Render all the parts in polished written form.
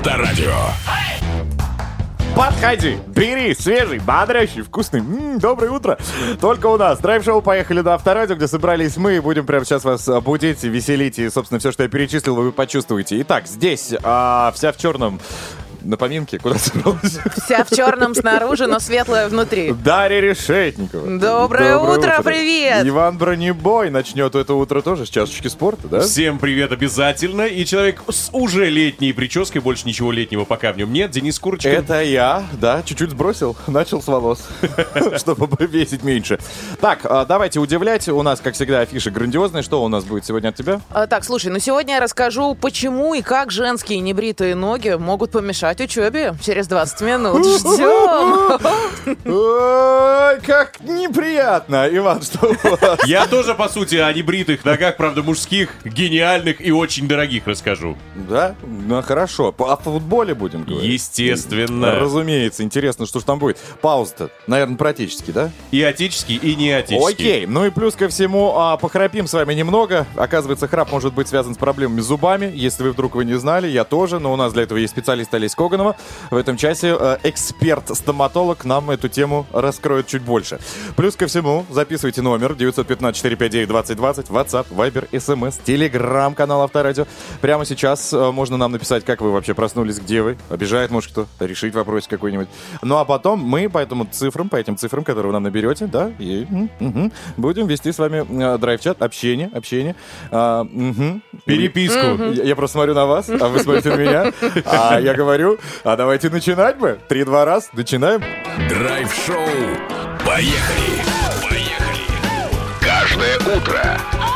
Авторадио. Подходи, бери свежий, бодрящий, вкусный. Доброе утро. Только у нас. Драйв-шоу «Поехали» на Авторадио, где собрались мы. И будем прямо сейчас вас будить, веселить. И, собственно, все, что я перечислил, вы почувствуете. Итак, здесь вся в черном. На поминке? Куда собралась? Вся в черном снаружи, но светлая внутри. Дарья Решетникова. Доброе утро, привет! Иван Бронебой начнет это утро тоже с чашечки спорта, да? Всем привет обязательно. И человек с уже летней прической, больше ничего летнего пока в нем нет, Денис Курочка. Это я, да, чуть-чуть сбросил, начал с волос, чтобы весить меньше. Так, давайте удивлять. У нас, как всегда, афиша грандиозная. Что у нас будет сегодня от тебя? Так, слушай, сегодня я расскажу, почему и как женские небритые ноги могут помешать учебе через 20 минут. Ждем! Ой, как неприятно. Иван, что у вас? Я тоже, по сути, о небритых ногах, правда, мужских, гениальных и очень дорогих расскажу. Да? Ну, хорошо. О футболе будем говорить? Естественно. Разумеется. Интересно, что ж там будет. Пауза-то, наверное, практически, да? И отеческий, и не отеческий. Окей. Ну и плюс ко всему, похрапим с вами немного. Оказывается, храп может быть связан с проблемами с зубами. Если вы вдруг не знали, я тоже. Но у нас для этого есть специалист Олесь Коганова. В этом часе эксперт-стоматолог нам эту тему раскроет чуть больше. Плюс ко всему, записывайте номер 915-459-2020, WhatsApp, Viber, SMS, Telegram-канал Авторадио. Прямо сейчас можно нам написать, как вы вообще проснулись, где вы. Обижает, может, кто, решить вопрос какой-нибудь. Ну, а потом мы по этим цифрам, которые вы нам наберете, да, и будем вести с вами драйв-чат, общение. Переписку. Я просто смотрю на вас, а вы смотрите на меня, а я говорю, а давайте начинать бы. 3-2 раз, начинаем. Драйв-шоу. Поехали. Каждое утро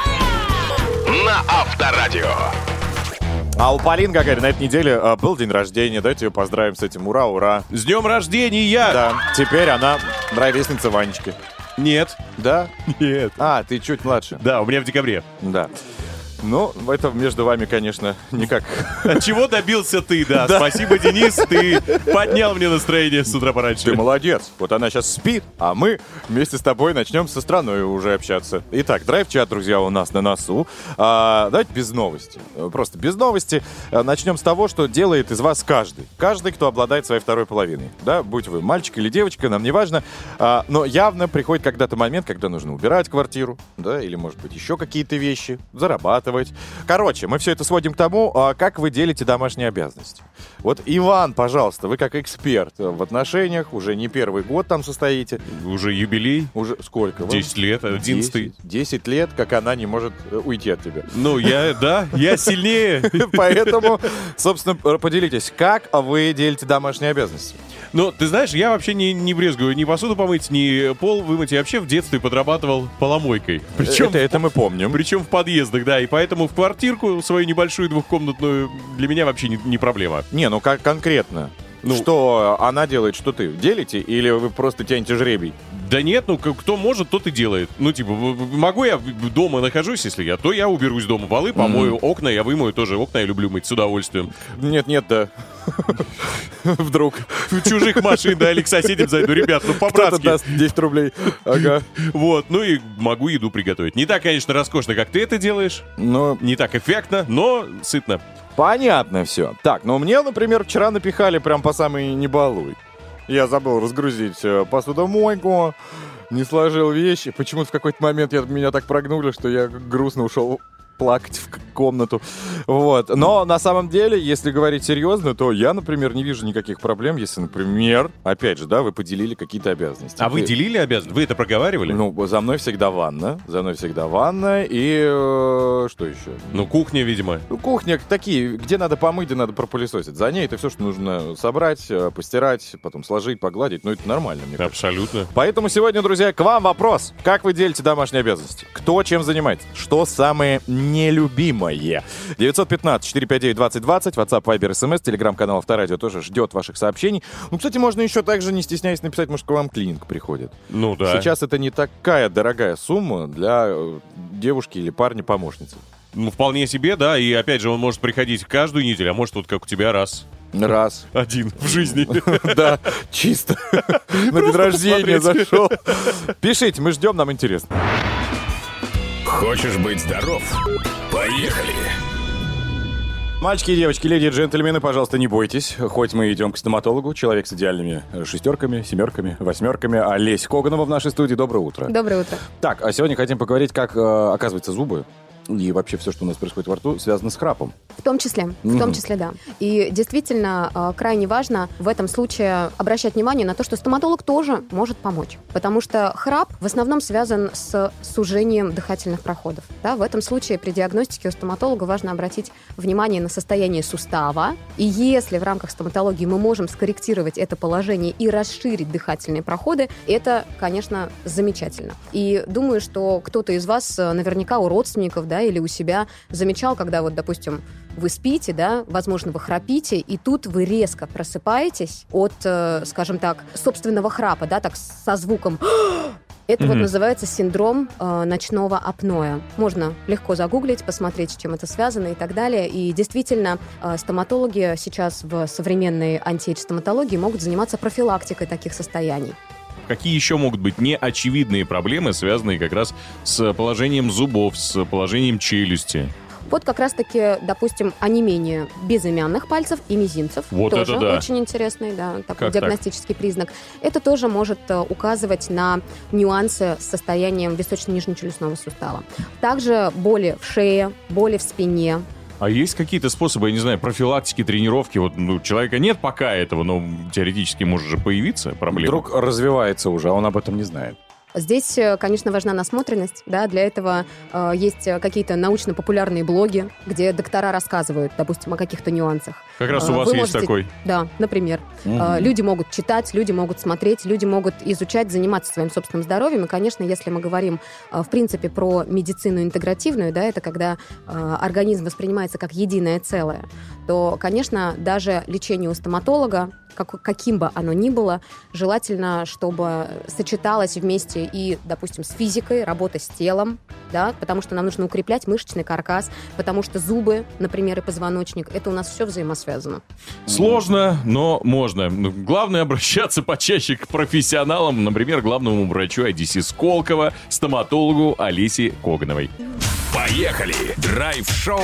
на Авторадио. А у Полины Гагарина на этой неделе был день рождения. Давайте ее поздравим с этим. Ура, ура. С днем рождения! Да, теперь она ровесница Ванечки. Нет. Да? Нет. Ты чуть младше. Да, у меня в декабре. Да. Ну, это между вами, конечно, никак. От чего добился ты, да. Спасибо, Денис, ты поднял мне настроение с утра пораньше. Ты молодец. Вот она сейчас спит, а мы вместе с тобой начнем со страной уже общаться. Итак, драйв-чат, друзья, у нас на носу. Давайте без новости. Просто без новости. Начнем с того, что делает из вас каждый. Каждый, кто обладает своей второй половиной. Да, будь вы мальчик или девочка, нам не важно. Но явно приходит когда-то момент, когда нужно убирать квартиру, да, или, может быть, еще какие-то вещи, зарабатывать. Короче, мы все это сводим к тому, как вы делите домашние обязанности. Вот, Иван, пожалуйста, вы как эксперт в отношениях, уже не первый год там состоите. Уже юбилей. Уже сколько? 10 лет, 11-й. 10 лет, как она не может уйти от тебя. Ну, я сильнее. Поэтому, собственно, поделитесь, как вы делите домашние обязанности? Ну, ты знаешь, я вообще не брезгую ни посуду помыть, ни пол вымыть. Я вообще в детстве подрабатывал поломойкой. Причем это мы помним. Причем в подъездах, да. И поэтому в квартирку свою небольшую двухкомнатную для меня вообще не проблема. Не, ну как конкретно? Что она делает, что ты? Делите или вы просто тянете жребий? Да нет, кто может, тот и делает. Ну, типа, могу я дома нахожусь, если то я уберусь дома. Полы помою, окна я вымою тоже. Окна я люблю мыть с удовольствием. Нет, да. Вдруг. В чужих машин, да, или к соседям зайду. Ребят, по-братски. Кто-то даст 10 рублей. Ага. Вот, ну и могу еду приготовить. Не так, конечно, роскошно, как ты это делаешь. Но... Не так эффектно, но сытно. Понятно все. Так, мне, например, вчера напихали прям по самой не балуй. Я забыл разгрузить посудомойку, не сложил вещи. Почему-то в какой-то момент меня так прогнули, что я грустно ушел плакать в комнату. Вот. Но на самом деле, если говорить серьезно, то я, например, не вижу никаких проблем, если, например, опять же, да, вы поделили какие-то обязанности. А вы делили обязанности? Вы это проговаривали? Ну, за мной всегда ванна. И что еще? Ну, кухня, видимо. Ну, кухня такие, где надо помыть, где надо пропылесосить. За ней это все, что нужно собрать, постирать, потом сложить, погладить. Ну, это нормально, мне кажется. Абсолютно. Поэтому сегодня, друзья, к вам вопрос. Как вы делите домашние обязанности? Кто чем занимается? Что самое нелюбимое? 915-459-2020, WhatsApp, Viber, SMS, Telegram-канал Авторадио тоже ждет ваших сообщений. Ну, кстати, можно еще также, не стесняясь, написать, может, к вам клининг приходит. Ну, да. Сейчас это не такая дорогая сумма для девушки или парня-помощницы. Ну, вполне себе, да. И, опять же, он может приходить каждую неделю, а может, вот как у тебя раз. Один в жизни. Да, чисто. На день рождения зашел. Пишите, мы ждем, нам интересно. Хочешь быть здоров? Поехали! Мальчики и девочки, леди и джентльмены, пожалуйста, не бойтесь. Хоть мы идем к стоматологу, человек с идеальными 6, 7, 8, Олесь Коганова в нашей студии. Доброе утро. Доброе утро. Так, а сегодня хотим поговорить, как, оказывается, зубы и вообще все, что у нас происходит во рту, связано с храпом. В том числе, да. И действительно крайне важно в этом случае обращать внимание на то, что стоматолог тоже может помочь. Потому что храп в основном связан с сужением дыхательных проходов. Да? В этом случае при диагностике у стоматолога важно обратить внимание на состояние сустава. И если в рамках стоматологии мы можем скорректировать это положение и расширить дыхательные проходы, это, конечно, замечательно. И думаю, что кто-то из вас наверняка у родственников, да, или у себя замечал, когда вот, допустим, вы спите, да, возможно, вы храпите, и тут вы резко просыпаетесь от, скажем так, собственного храпа, да, так со звуком. Это вот называется синдром ночного апноэ. Можно легко загуглить, посмотреть, с чем это связано и так далее. И действительно, стоматологи сейчас в современной антиэйдж-стоматологии могут заниматься профилактикой таких состояний. Какие еще могут быть неочевидные проблемы, связанные как раз с положением зубов, с положением челюсти? Вот как раз-таки, допустим, онемение безымянных пальцев и мизинцев. Вот тоже это да. Очень интересный, да, такой как диагностический признак. Это тоже может указывать на нюансы с состоянием височно-нижнечелюстного сустава. Также боли в шее, боли в спине. А есть какие-то способы, я не знаю, профилактики, тренировки? Вот у человека нет пока этого, но теоретически может же появиться проблема. Вдруг развивается уже, а он об этом не знает. Здесь, конечно, важна насмотренность. Да? Для этого есть какие-то научно-популярные блоги, где доктора рассказывают, допустим, о каких-то нюансах. Как раз у вас есть такой. Да, например. Люди могут читать, люди могут смотреть, люди могут изучать, заниматься своим собственным здоровьем. И, конечно, если мы говорим, в принципе, про медицину интегративную, да, это когда организм воспринимается как единое целое, то, конечно, даже лечение у стоматолога, каким бы оно ни было, желательно, чтобы сочеталось вместе и, допустим, с физикой, работа с телом, да, потому что нам нужно укреплять мышечный каркас, потому что зубы, например, и позвоночник, это у нас все взаимосвязано. Сложно, но можно. Главное обращаться почаще к профессионалам, например, главному врачу IDC Сколково, стоматологу Олесе Когановой. Поехали! Драйв-шоу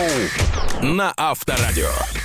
на Авторадио.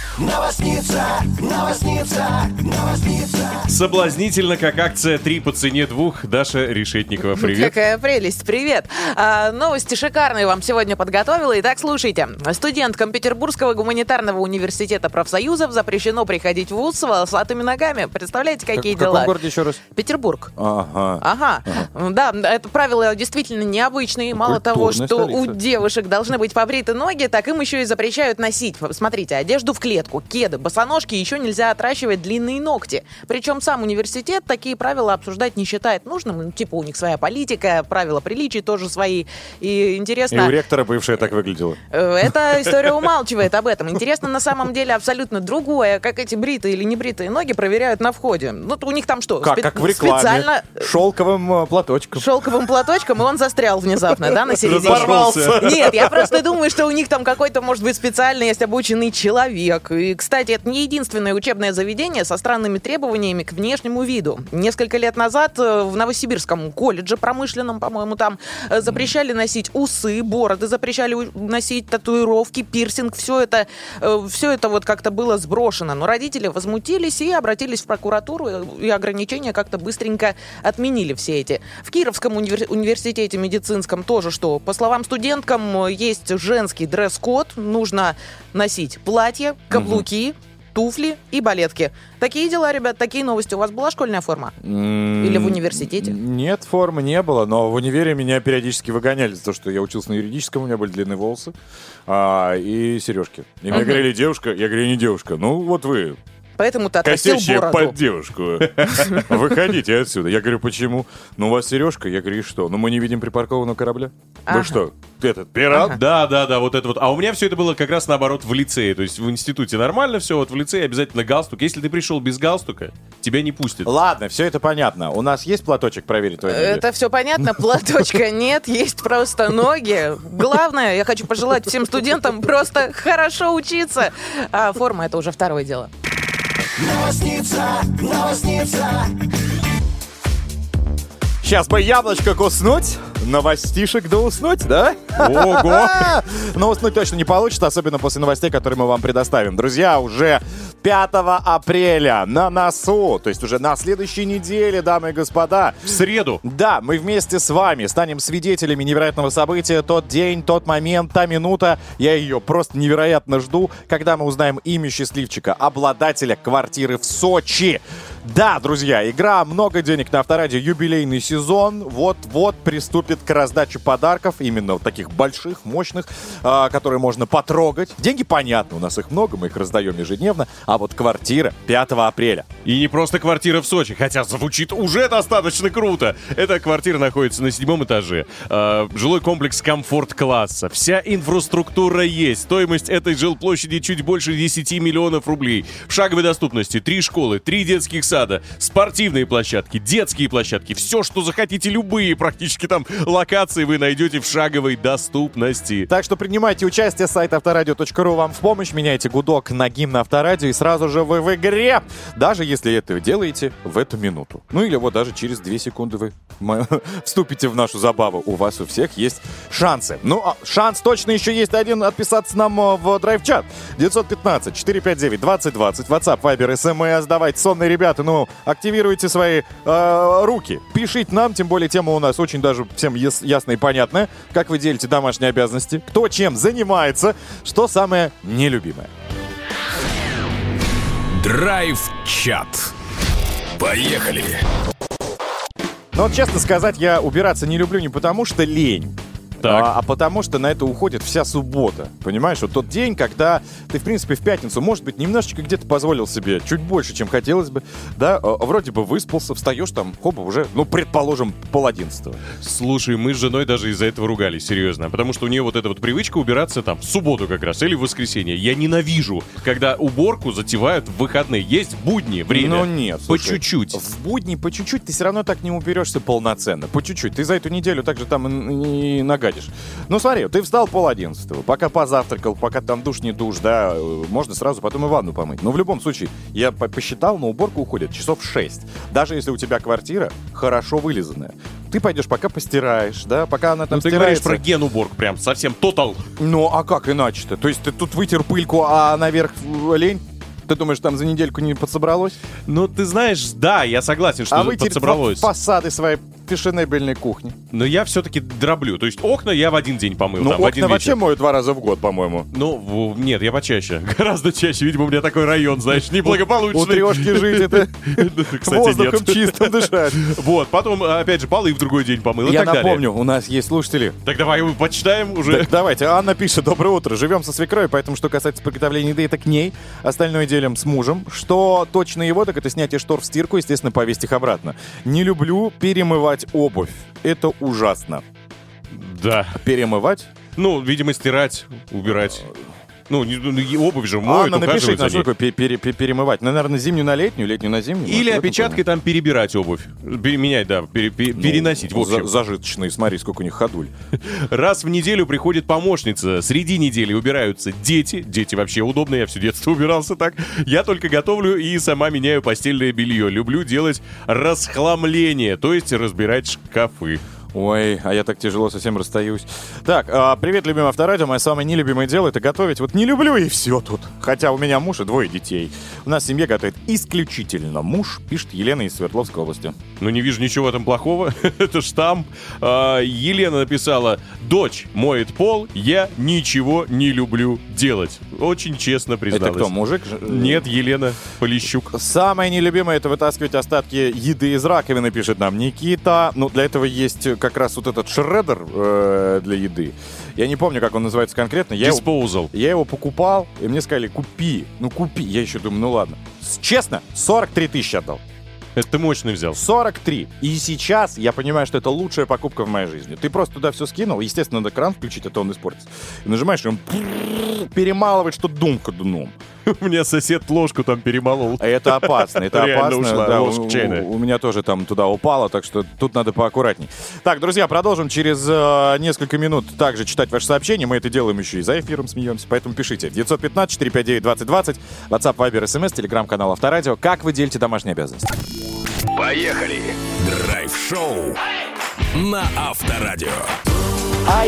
Новосница. Соблазнительно, как акция 3 по цене 2. Даша Решетникова, привет. Какая прелесть, привет. Новости шикарные вам сегодня подготовила. Итак, слушайте. Студенткам Петербургского гуманитарного университета профсоюзов запрещено приходить в вуз с волосатыми ногами. Представляете, какие дела? В каком городе еще раз? Петербург. Ага. Да, это правило действительно необычное. Мало того, что столица. у девушек должны быть побриты ноги, так им еще и запрещают носить, смотрите, одежду в клетку, кеды, босоножки, еще нельзя отращивать длинные ногти. Причем сам университет такие правила обсуждать не считает нужным. Типа у них своя политика, правила приличий тоже свои. И интересно... И у ректора бывшая так выглядела. Эта история умалчивает об этом. Интересно на самом деле абсолютно другое, как эти бритые или небритые ноги проверяют на входе. Ну, у них там что? Как в рекламе. Специально... Шелковым платочком. Шелковым платочком, и он застрял внезапно, да, на середине. Разорвался. Нет, я просто думаю, что у них там какой-то, может быть, специально есть обученный человек. И, кстати, это не единственное учебное заведение со странными требованиями к внешнему виду. Несколько лет назад в Новосибирском колледже промышленном, по-моему, там запрещали носить усы, бороды, запрещали носить татуировки, пирсинг. Все это вот как-то было сброшено. Но родители возмутились и обратились в прокуратуру, и ограничения как-то быстренько отменили все эти. В Кировском университете медицинском тоже что? По словам студенткам, есть женский дресс-код. Нужно носить платье, каблуки, туфли и балетки. Такие дела, ребят, такие новости. У вас была школьная форма? Или в университете? Нет, формы не было, но в универе меня периодически выгоняли за то, что я учился на юридическом, у меня были длинные волосы и сережки. И мне говорили, девушка, я говорю, не девушка. Ну, вот вы... Поэтому ты отрастил косящая бороду. под девушку. Выходите отсюда. Я говорю, почему? Ну, у вас сережка. Я говорю, и что? Ну, мы не видим припаркованного корабля. Вы что, этот пират? Да, вот это вот. А у меня все это было как раз наоборот в лицее. То есть в институте нормально все, вот в лицее обязательно галстук. Если ты пришел без галстука, тебя не пустят. Ладно, все это понятно. У нас есть платочек проверить твои ноги? Это все понятно, платочка нет, есть просто ноги. Главное, я хочу пожелать всем студентам просто хорошо учиться. А форма — это уже второе дело. Новосница. Сейчас бы яблочко куснуть, новостишек да уснуть, да? Ого! Но уснуть точно не получится, особенно после новостей, которые мы вам предоставим. Друзья, уже 5 апреля на носу, то есть уже на следующей неделе, дамы и господа. В среду. Да, мы вместе с вами станем свидетелями невероятного события. Тот день, тот момент, та минута. Я ее просто невероятно жду, когда мы узнаем имя счастливчика, обладателя квартиры в Сочи. Да, друзья, игра «Много денег» на Авторадио, юбилейный сезон. Вот-вот приступит к раздаче подарков, именно вот таких больших, мощных, которые можно потрогать. Деньги понятно, у нас их много, мы их раздаем ежедневно. А вот квартира 5 апреля. И не просто квартира в Сочи, хотя звучит уже достаточно круто. Эта квартира находится на 7 этаже. Жилой комплекс комфорт-класса. Вся инфраструктура есть. Стоимость этой жилплощади чуть больше 10 миллионов рублей. В шаговой доступности 3 школы, 3 детских сада, спортивные площадки, детские площадки. Все, что захотите, любые практически там локации вы найдете в шаговой доступности. Так что принимайте участие, сайт авторадио.ру вам в помощь. Меняйте гудок на гимн Авторадио, и сразу же вы в игре. Даже если это делаете в эту минуту. Ну или вот даже через 2 секунды вы вступите в нашу забаву. У вас у всех есть шансы. Ну, шанс точно еще есть один: отписаться нам в драйв-чат. 915-459-2020. WhatsApp, Viber, SMS. Давайте, сонные ребята, ну, активируйте свои руки. Пишите нам, тем более тема у нас очень даже всем ясная и понятная. Как вы делите домашние обязанности, кто чем занимается, что самое нелюбимое. Драйв-чат. Поехали! Но вот, честно сказать, я убираться не люблю не потому, что лень, Так. а потому что на это уходит вся суббота. Понимаешь, вот тот день, когда ты, в принципе, в пятницу, может быть, немножечко где-то позволил себе чуть больше, чем хотелось бы, да, вроде бы выспался, встаешь там, хоба, уже, ну, предположим, 10:30. Слушай, мы с женой даже из-за этого ругались, серьезно. Потому что у нее вот эта вот привычка убираться там в субботу как раз или в воскресенье. Я ненавижу, когда уборку затевают в выходные. Есть будни, время. Ну нет, По слушай, чуть-чуть. в будни по чуть-чуть ты все равно так не уберешься полноценно. По чуть-чуть. Ты за эту неделю также там и нагадишь. Ну смотри, ты встал 10:30, пока позавтракал, пока там душ не душ, да, можно сразу потом и ванну помыть. Но в любом случае, я посчитал, на уборку уходит часов 6. Даже если у тебя квартира хорошо вылизанная. Ты пойдешь, пока постираешь, да, пока она там Ну, ты говоришь стирается. про ген-уборку прям совсем тотал. Ну, а как иначе-то? То есть ты тут вытер пыльку, а наверх лень? Ты думаешь, там за недельку не подсобралось? Ну, ты знаешь, да, я согласен, что вытереть подсобралось. фасады своей фешенебельной кухни. Но я все-таки дроблю. То есть окна я в один день помыл, Ну, там, в один окна вообще вечер. мою 2 раза в год, по-моему. Ну, нет, я почаще. Гораздо чаще. Видимо, у меня такой район, знаешь, неблагополучный. У трешки жить это Кстати, воздухом нет. чистым дышать. Вот, потом, опять же, полы в другой день помыл и Я так далее. напомню, у нас есть слушатели. Так давай почитаем уже. Так, давайте, Анна пишет: доброе утро, живем со свекровью, поэтому что касается приготовления еды, это к ней, остальное делим с мужем. Что точно его, так это снятие штор в стирку, естественно, повесить их обратно. Не люблю перемывать обувь, это ужасно. Да. Перемывать? Ну, видимо, стирать, убирать. Ну, обувь же моют, Анна, напишите, ухаживают за что ней. такое перемывать. Ну, наверное, зимнюю на летнюю, летнюю на зимнюю. Или Может, в этом опечаткой там перебирать обувь. Менять, да, переносить, в общем. Зажиточные, смотри, сколько у них ходуль. Раз в неделю приходит помощница. Среди недели убираются дети. Дети вообще удобно, я все детство убирался так. Я только готовлю и сама меняю постельное белье. Люблю делать расхламление, то есть разбирать шкафы. Ой, а я так тяжело совсем расстаюсь. Так, привет, любимый Авторадио. Мое самое нелюбимое дело — это готовить. Вот не люблю, и все тут. Хотя у меня муж и 2 детей. У нас в семье готовит исключительно муж, пишет Елена из Свердловской области. Ну, не вижу ничего в этом плохого. Это ж там. Елена написала: дочь моет пол, я ничего не люблю делать. Очень честно призналась. Это кто, мужик? Нет, Елена Полищук. Самое нелюбимое — это вытаскивать остатки еды из раковины, пишет нам Никита. Ну, для этого есть как раз вот этот шреддер для еды. Я не помню, как он называется конкретно. Я его покупал, и мне сказали: купи. Ну, купи. Я еще думаю, ну ладно. Честно, 43 тысячи отдал. Это ты мощный взял. 43. И сейчас я понимаю, что это лучшая покупка в моей жизни. Ты просто туда все скинул. Естественно, надо кран включить, а то он испортится. И нажимаешь, и он перемалывает, что думка дном. У меня сосед ложку там перемолол. Это опасно, это Реально опасно. ушла Да, ложка чайная. у меня тоже там туда упало, так что тут надо поаккуратней. Так, друзья, продолжим через несколько минут также читать ваши сообщения. Мы это делаем еще и за эфиром, смеемся, поэтому пишите. 915-459-2020, WhatsApp, Viber, SMS, телеграм-канал Авторадио. Как вы делите домашние обязанности? Поехали! Драйв-шоу на Авторадио. А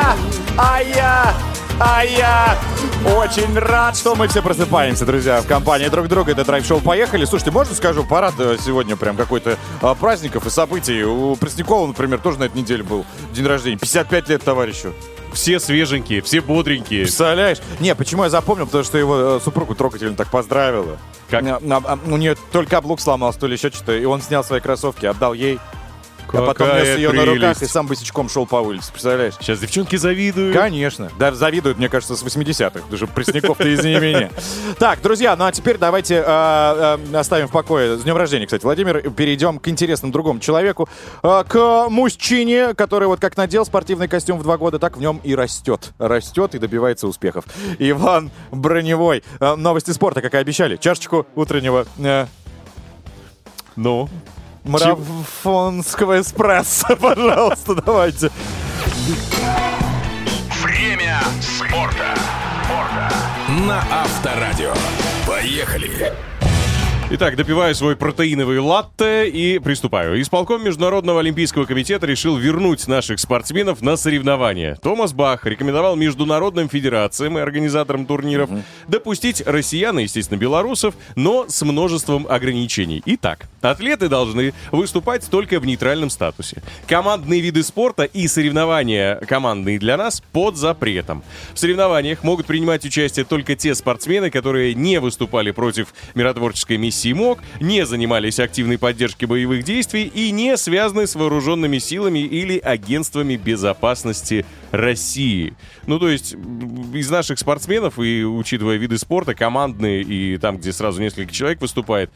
я очень рад, что мы все просыпаемся, друзья, в компании друг друга. Это драйв-шоу «Поехали». Слушайте, можно скажу, парад сегодня прям какой-то праздников и событий. У Преснякова, например, тоже на этой неделе был день рождения. 55 лет товарищу. Все свеженькие, все бодренькие. Представляешь? Не, почему я запомнил? Потому что его супругу трогательно так поздравила. Как? У нее то ли каблук сломался, то ли еще что-то. И он снял свои кроссовки, отдал ей. А потом нес ее на руках и сам босичком шел по улице, представляешь? Сейчас девчонки завидуют. Конечно. Да, завидуют, мне кажется, с 80-х. Даже Пресняков-то извини меня. Так, друзья, ну а теперь давайте оставим в покое. С днем рождения, кстати, Владимир. Перейдем к интересному другому человеку. К мужчине, который вот как надел спортивный костюм в 2 года, так в нем и растет. Растет и добивается успехов. Иван Броневой. Новости спорта, как и обещали. Чашечку утреннего... Ну... марафонского эспрессо, пожалуйста, давайте. Время спорта. На Авторадио. Поехали. Итак, допиваю свой протеиновый латте и приступаю. Исполком Международного олимпийского комитета решил вернуть наших спортсменов на соревнования. Томас Бах рекомендовал международным федерациям и организаторам турниров допустить россиян и, естественно, белорусов, но с множеством ограничений. Итак, атлеты должны выступать только в нейтральном статусе. Командные виды спорта и соревнования командные для нас под запретом. В соревнованиях могут принимать участие только те спортсмены, которые не выступали против миротворческой миссии МОК, не занимались активной поддержкой боевых действий и не связаны с вооруженными силами или агентствами безопасности России. Ну, то есть, из наших спортсменов, и учитывая виды спорта, командные, и там, где сразу несколько человек выступает,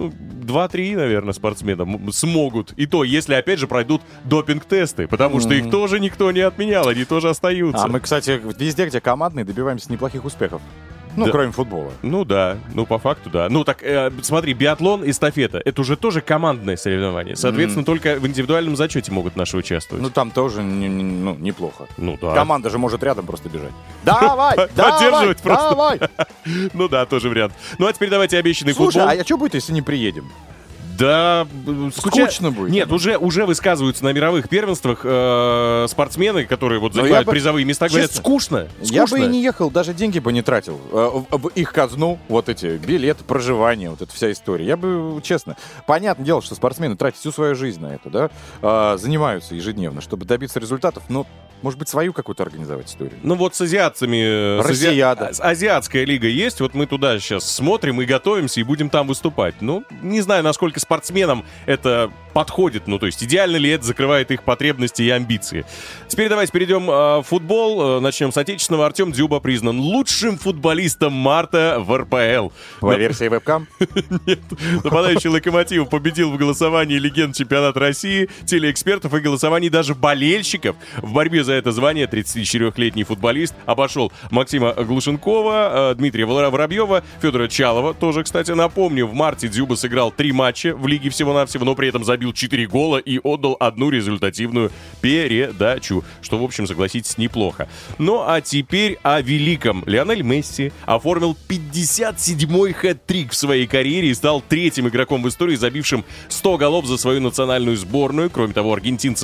2-3, наверное, спортсмена смогут. И то, если, опять же, пройдут допинг-тесты, потому что их тоже никто не отменял, они тоже остаются. А мы, кстати, везде, где командные, добиваемся неплохих успехов. Ну, да. Кроме футбола. Ну да, по факту да. Ну так, смотри, биатлон, эстафета, это уже тоже командное соревнование. Соответственно, только в индивидуальном зачете могут наши участвовать. Ну, там тоже неплохо. Ну да. Команда же может рядом просто бежать. Давай, Поддерживать просто. давай. Ну да, тоже вариант. Ну а теперь давайте обещанный Слушай, футбол. а что будет, если не приедем? Да, Скучно будет. Нет, уже высказываются на мировых первенствах спортсмены, которые вот занимают призовые места, говорят, скучно. Я бы и не ехал, даже деньги бы не тратил в их казну, вот эти билеты, проживание, вот эта вся история. Я бы, честно, понятное дело, что спортсмены тратят всю свою жизнь на это, да, занимаются ежедневно, чтобы добиться результатов, но, может быть, свою какую-то организовать историю. Ну вот с азиатцами... Россияда. Азиатская лига есть, вот мы туда сейчас смотрим и готовимся, и будем там выступать. Ну, не знаю, насколько спортсменам это подходит, ну, то есть идеально ли это закрывает их потребности и амбиции. Теперь давайте перейдем в футбол, начнем с отечественного. Артем Дзюба признан лучшим футболистом марта в РПЛ. По версии вебкам? Нет, нападающий Локомотив победил в голосовании легенд чемпионата России, телеэкспертов и голосований даже болельщиков. В борьбе за это звание 34-летний футболист обошел Максима Глушенкова, Дмитрия Воробьева, Федора Чалова. Тоже, кстати, напомню, в марте Дзюба сыграл 3 матча в лиге всего-навсего, но при этом забил 4 гола и отдал 1 результативную передачу, что, в общем, согласитесь, неплохо. Ну, а теперь о великом. Лионель Месси оформил 57-й хэт-трик в своей карьере и стал 3-м игроком в истории, забившим 100 голов за свою национальную сборную. Кроме того,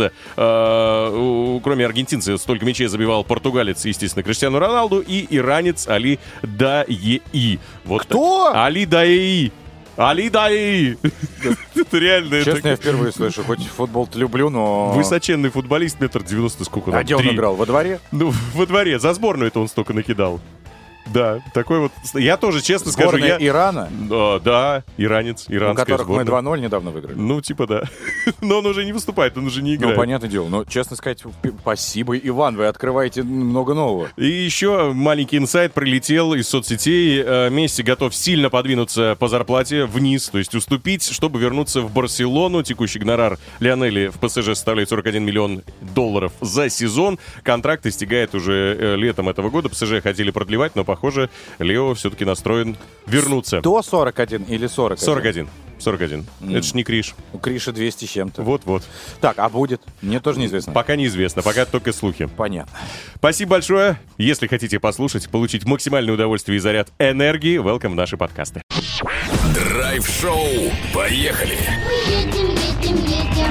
кроме аргентинца, столько мячей забивал португалец, естественно, Криштиану Роналду и иранец Али Даеи. Вот кто? Так. Али Даеи. Али Даеи. Это реально. Честно, я впервые слышу. Хоть футбол-то люблю, но... Высоченный футболист, 1,90 м, сколько там? А где он играл? Во дворе? Ну, во дворе. За сборную это он столько накидал. Да, такой вот... Я тоже, честно скажу, Сборная Ирана? Да, иранец, иранская у которых сборная. мы 2-0 недавно выиграли. Ну, типа да. Но он уже не выступает, он уже не играет. Ну, понятное дело. Но, честно сказать, спасибо, Иван, вы открываете много нового. И еще маленький инсайт прилетел из соцсетей. Месси готов сильно подвинуться по зарплате вниз, то есть уступить, чтобы вернуться в Барселону. Текущий гонорар Лионели в ПСЖ составляет $41 миллион за сезон. Контракт истекает уже летом этого года. ПСЖ хотели продлевать, но, похоже, Лео все-таки настроен вернуться. 141 или 41? 41. Это ж не Криш. У Криша 200 с чем-то. Вот-вот. Так, а будет? Мне тоже неизвестно. Пока неизвестно, пока только слухи. Понятно. Спасибо большое. Если хотите послушать, получить максимальное удовольствие и заряд энергии, welcome в наши подкасты. Драйв-шоу. Поехали. Мы едем, едем, едем.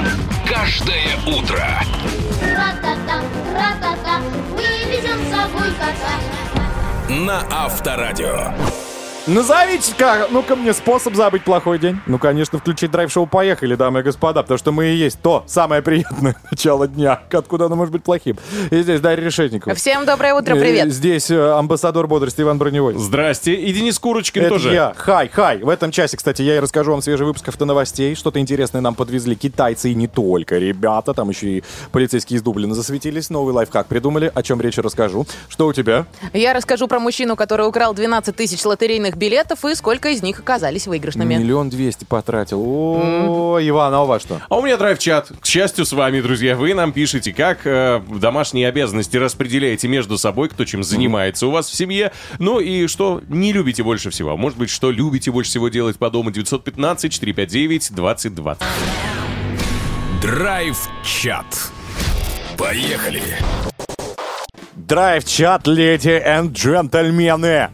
каждое утро. Ра-та-та, ра-та-та, мы везем с собой кота. На Авторадио. Назовите-ка, ну-ка мне способ забыть плохой день. Ну, конечно, включить драйв-шоу «Поехали», дамы и господа, потому что мы и есть то самое приятное начало дня, откуда оно может быть плохим. И здесь Дарья Решетникова. Всем доброе утро, привет. Здесь амбассадор бодрости Иван Броневой. Здрасте. И Денис Курочкин Это тоже. я. Хай. В этом часе, кстати, я и расскажу вам свежий выпуск автоновостей. Что-то интересное нам подвезли китайцы и не только, ребята. Там еще и полицейские из Дублина засветились. Новый лайфхак придумали. О чем речь расскажу. Что у тебя? Я расскажу про мужчину, который украл 12 тысяч лотерейных билетов и сколько из них оказались выигрышными. 1 200 000 потратил. О, Иван, а у вас что? А у меня драйв-чат. К счастью, с вами, друзья, вы нам пишете, как домашние обязанности распределяете между собой, кто чем занимается у вас в семье, ну и что не любите больше всего. Может быть, что любите больше всего делать по дому. 915-459-2020. Драйв-чат. Поехали. Драйв-чат, леди и джентльмены.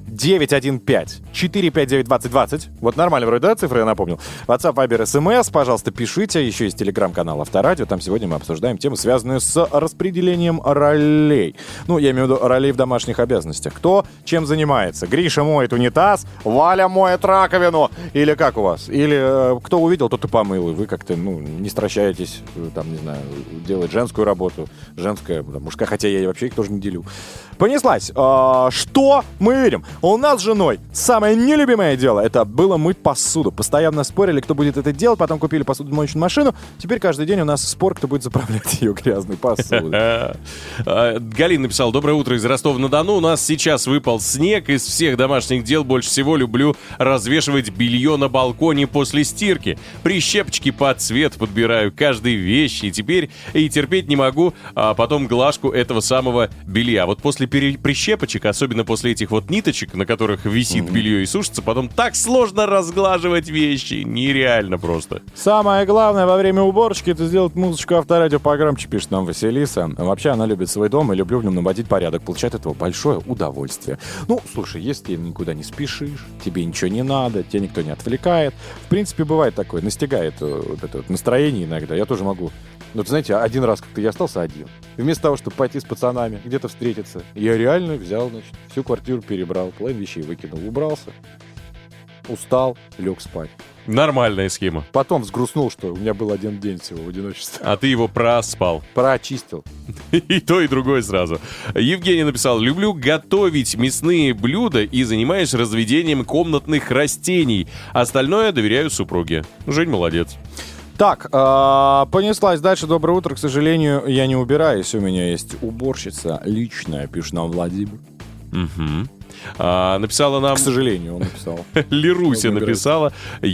915-459-2020. Вот нормально вроде, да, цифры я напомнил. WhatsApp, Viber, SMS, пожалуйста, пишите. Еще есть телеграм-канал Авторадио. Там сегодня мы обсуждаем темы, связанные с распределением ролей. Ну, я имею в виду ролей в домашних обязанностях. Кто чем занимается? Гриша моет унитаз, Валя моет раковину. Или как у вас? Или кто увидел, тот и помыл. И вы как-то, не стращаетесь, там, не знаю, делать женскую работу. Женская, мужская, хотя я вообще их тоже не делю. Понеслась. Что мы видим? У нас с женой самое нелюбимое дело — это было мыть посуду. Постоянно спорили, кто будет это делать. Потом купили посудомоечную машину. Теперь каждый день у нас спор, кто будет заправлять ее грязной посудой. Галина написала: доброе утро из Ростова-на-Дону. У нас сейчас выпал снег. Из всех домашних дел больше всего люблю развешивать белье на балконе после стирки. Прищепочки под цвет подбираю каждой вещи. И теперь и терпеть не могу потом глажку этого самого белья. Вот после прищепочек, особенно после этих вот ниточек, на которых висит белье и сушится, потом так сложно разглаживать вещи. Нереально просто. Самое главное во время уборочки — это сделать музычку Авторадио погромче, пишет нам Василиса. Вообще она любит свой дом и люблю в нем наводить порядок. Получает от этого большое удовольствие. Ну, слушай, если никуда не спешишь, тебе ничего не надо, тебя никто не отвлекает. В принципе, бывает такое, настигает вот это вот настроение иногда. Я тоже могу. Вот знаете, один раз как-то я остался один. И вместо того, чтобы пойти с пацанами, где-то встретиться, я реально взял, всю квартиру перебрал, половину вещей выкинул, убрался, устал, лег спать. Нормальная схема. Потом взгрустнул, что у меня был один день всего в одиночестве. А ты его проспал. Прочистил. И то, и другое сразу. Евгений написал: люблю готовить мясные блюда и занимаюсь разведением комнатных растений. Остальное доверяю супруге. Жень молодец. Так, понеслась дальше. Доброе утро. К сожалению, я не убираюсь. У меня есть уборщица личная, пишет нам Владимир. Угу. Написала нам... К сожалению, он написал. Леруся написала: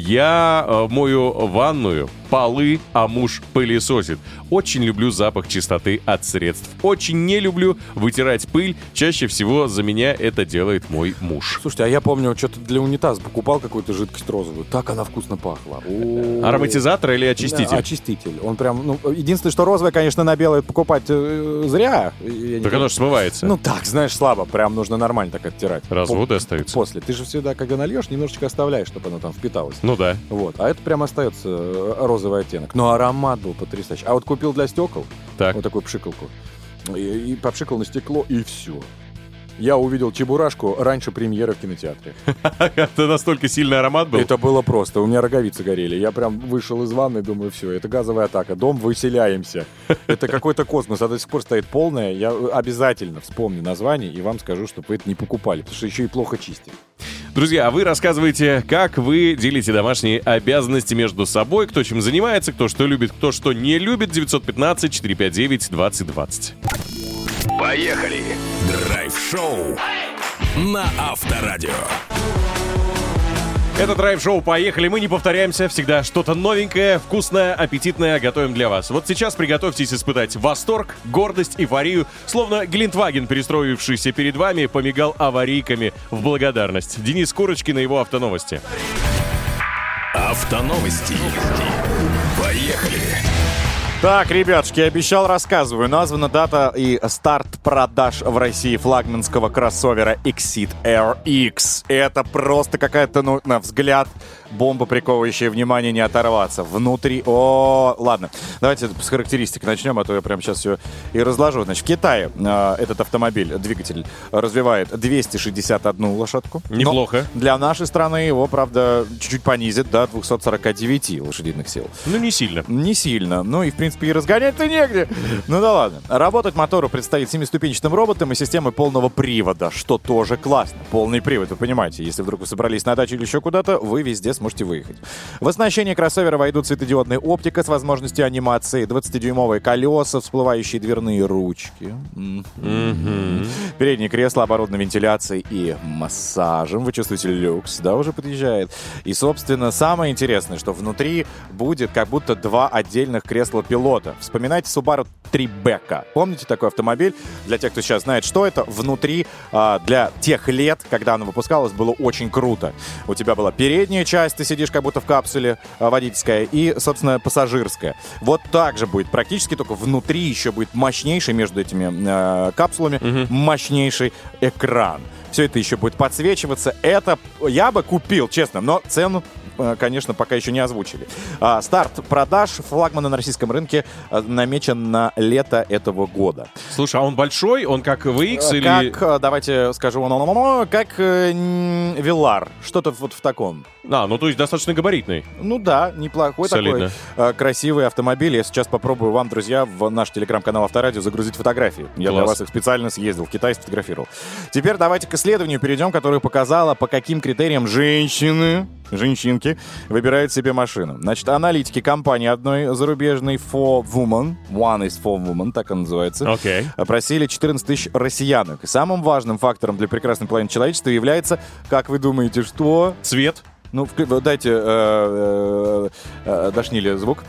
я мою ванную, полы, а муж пылесосит. Очень люблю запах чистоты от средств. Очень не люблю вытирать пыль. Чаще всего за меня это делает мой муж. Слушайте, а я помню, что-то для унитаза покупал какую-то жидкость розовую. Так она вкусно пахла. Ароматизатор или очиститель? Да, очиститель. Он прям, единственное, что розовое, конечно, на белое покупать зря. Так оно же смывается. Ну так, знаешь, слабо. Прям нужно нормально так оттирать. Разводы остаются. После. Ты же всегда, когда нальешь, немножечко оставляешь, чтобы оно там впиталось. Ну да. Вот. А это прям остается розовый оттенок. Но аромат был потрясающий. А вот купил для стекол вот такую пшикалку. И попшикал на стекло, и все. Я увидел Чебурашку раньше премьеры в кинотеатре. Это настолько сильный аромат был? Это было просто. У меня роговицы горели. Я прям вышел из ванны, думаю, все, это газовая атака. Дом, выселяемся. Это какой-то космос. А до сих пор стоит полная. Я обязательно вспомню название и вам скажу, чтобы вы это не покупали. Потому что еще и плохо чистили. Друзья, а вы рассказывайте, как вы делите домашние обязанности между собой, кто чем занимается, кто что любит, кто что не любит. 915-459-2020. Поехали! Драйв-шоу на Авторадио. Это драйв-шоу «Поехали». Мы не повторяемся. Всегда что-то новенькое, вкусное, аппетитное готовим для вас. Вот сейчас приготовьтесь испытать восторг, гордость, эйфорию. Словно Гелендваген, перестроившийся перед вами, помигал аварийками в благодарность. Денис Курочкин и его автоновости. Автоновости. Поехали. Так, ребятушки, я обещал, рассказываю. Названа дата и старт продаж в России флагманского кроссовера Exceed RX. Это просто какая-то, ну, на взгляд, бомба, приковывающая внимание, не оторваться. Внутри... Ладно. Давайте с характеристик начнем, а то я прямо сейчас все и разложу. Значит, в Китае этот автомобиль, двигатель, развивает 261 лошадку. Неплохо. Но для нашей страны его, правда, чуть-чуть понизит до 249 лошадиных сил. Ну, не сильно. Не сильно. Ну и, в принципе, и разгонять-то негде. Ну да ладно. Работать мотору предстоит 7-ступенчатым роботом и системой полного привода, что тоже классно. Полный привод, вы понимаете. Если вдруг вы собрались на дачу или еще куда-то, вы везде сможете выехать. В оснащение кроссовера войдут светодиодная оптика с возможностью анимации, 20-дюймовые колеса, всплывающие дверные ручки. Переднее кресло оборудовано вентиляцией и массажем. Вы чувствуете люкс, да, уже подъезжает. И, собственно, самое интересное, что внутри будет как будто два отдельных кресла пилота. Вспоминайте Subaru Tribeca. Помните такой автомобиль? Для тех, кто сейчас знает, что это, внутри для тех лет, когда оно выпускалось, было очень круто. У тебя была передняя часть, ты сидишь как будто в капсуле водительская, и, собственно, пассажирская. Вот так же будет практически, только внутри еще будет мощнейший между этими капсулами, мощнейший экран. Все это еще будет подсвечиваться. Это я бы купил, честно, но цену, конечно, пока еще не озвучили. Старт продаж флагмана на российском рынке намечен на лето этого года. Слушай, а он большой? Он как VX или... Как, давайте скажу, как Velar. Что-то вот в таком. Ну то есть достаточно габаритный. Ну да, неплохой. Солидно. Такой красивый автомобиль. Я сейчас попробую вам, друзья, в наш телеграм-канал Авторадио загрузить фотографии. Я для вас их специально съездил в Китай, сфотографировал. Теперь давайте к исследованию перейдем, которое показало, по каким критериям женщинки выбирают себе машину. Значит, аналитики компании одной зарубежной For Woman, One is For Woman, так она называется, опросили 14 тысяч россиянок. И самым важным фактором для прекрасной половины человечества является, как вы думаете, что? Цвет. Ну, дайте Дашниле звук.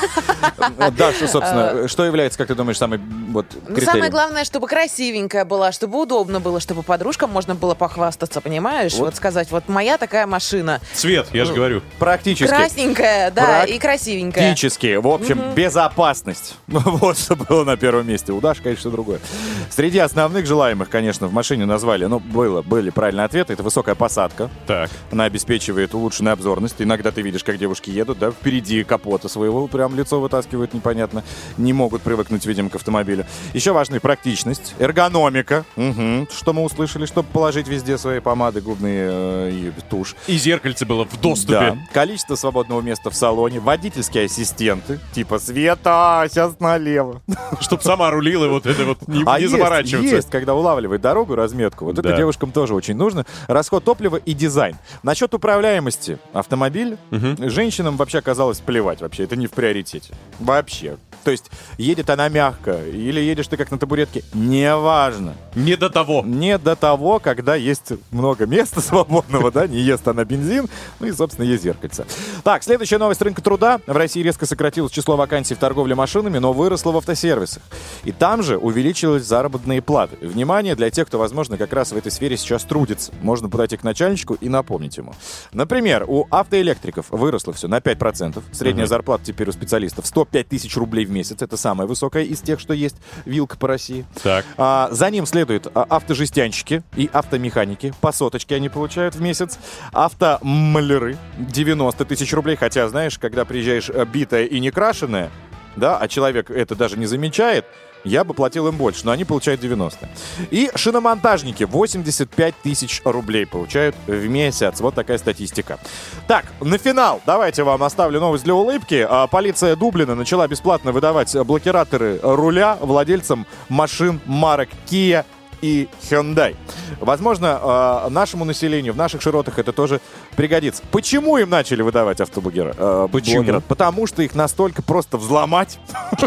Да, что, собственно, что является, как ты думаешь, самый критерием? Самое главное, чтобы красивенькая была, чтобы удобно было, чтобы подружкам можно было похвастаться, понимаешь? Вот сказать, вот моя такая машина. Цвет, я же говорю. Практически. Красненькая, да, и красивенькая. Практически. В общем, безопасность. Вот что было на первом месте. У Даши, конечно, что другое. Среди основных желаемых, конечно, в машине назвали, были правильные ответы. Это высокая посадка. Так. Она обеспечивает улучшенную обзорность. Иногда ты видишь, как девушки едут, да, впереди капота своего, прям лицо вытаскивают непонятно. Не могут привыкнуть, видимо, к автомобилю. Еще важна практичность, эргономика. Что мы услышали, чтобы положить везде свои помады, губные и тушь. И зеркальце было в доступе. Да. Количество свободного места в салоне, водительские ассистенты, типа Света, сейчас налево. Чтоб сама рулила, вот это вот не заморачиваться. Есть, когда улавливает дорогу, разметку. Вот это девушкам тоже очень нужно. Расход топлива и дизайн. Насчет управляемости автомобиль женщинам вообще оказалось плевать. Вообще, это не в приоритете. Вообще. То есть, едет она мягко, или едешь ты как на табуретке, неважно. Не до того. Не до того, когда есть много места свободного, да, не ест она бензин, ну и, собственно, есть зеркальце. Так, следующая новость рынка труда. В России резко сократилось число вакансий в торговле машинами, но выросло в автосервисах. И там же увеличились заработные платы. Внимание для тех, кто, возможно, как раз в этой сфере сейчас трудится. Можно подойти к начальнику и напомнить ему. Например, у автоэлектриков выросло все на 5%. Средняя зарплата теперь у специалистов 105 тысяч рублей в месяц. Это самая высокая из тех, что есть вилка по России. Так. За ним следуют автожестянщики и автомеханики. По соточке они получают в месяц. Автомаляры 90 тысяч рублей. Хотя, знаешь, когда приезжаешь битая и не крашеная, да, а человек это даже не замечает, я бы платил им больше, но они получают 90. И шиномонтажники 85 тысяч рублей получают в месяц. Вот такая статистика. Так, на финал давайте вам оставлю новость для улыбки. Полиция Дублина начала бесплатно выдавать блокираторы руля владельцам машин марок Kia и Hyundai. Возможно, нашему населению в наших широтах это тоже пригодится. Почему им начали выдавать автоблокираторы? Почему? Потому что их настолько просто взломать,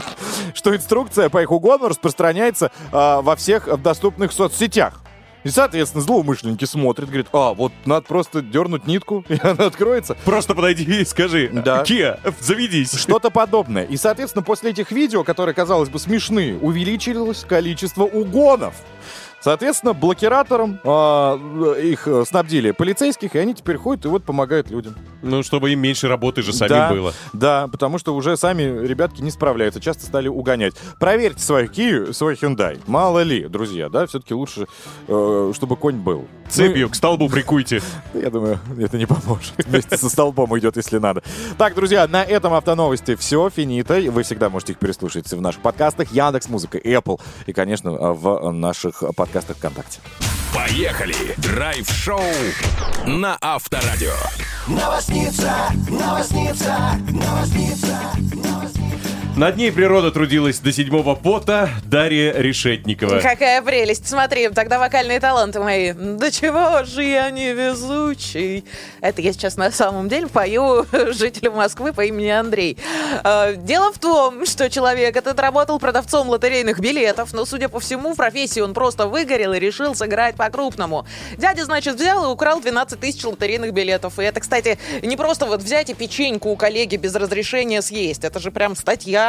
что инструкция по их угону распространяется во всех доступных соцсетях. И, соответственно, злоумышленники смотрят, говорят, вот надо просто дернуть нитку, и она откроется. Просто подойди и скажи, Kia, заведись. Что-то подобное. И, соответственно, после этих видео, которые, казалось бы, смешные, увеличилось количество угонов. Соответственно, блокиратором их снабдили полицейских, и они теперь ходят и вот помогают людям. Ну, чтобы им меньше работы же самим было. Да, потому что уже сами ребятки не справляются, часто стали угонять. Проверьте свою Kia, свой Hyundai. Мало ли, друзья, да, все-таки лучше, чтобы конь был. Цепью к столбу прикуйте. Я думаю, это не поможет. Вместе со столбом уйдет, если надо. Так, друзья, на этом Автоновости все, финита. Вы всегда можете их переслушать в наших подкастах Яндекс.Музыка, Apple и, конечно, в наших подкастах ВКонтакте. Поехали! Драйв-шоу на Авторадио. Новосница. Над ней природа трудилась до 7-го пота. Дарья Решетникова. Какая прелесть. Смотри, тогда вокальные таланты мои. Да чего же я невезучий. Это я сейчас на самом деле пою жителю Москвы по имени Андрей. Дело в том, что человек этот работал продавцом лотерейных билетов, но, судя по всему, в профессии он просто выгорел и решил сыграть по-крупному. Дядя, значит, взял и украл 12 тысяч лотерейных билетов. И это, кстати, не просто вот взять и печеньку у коллеги без разрешения съесть. Это же прям статья.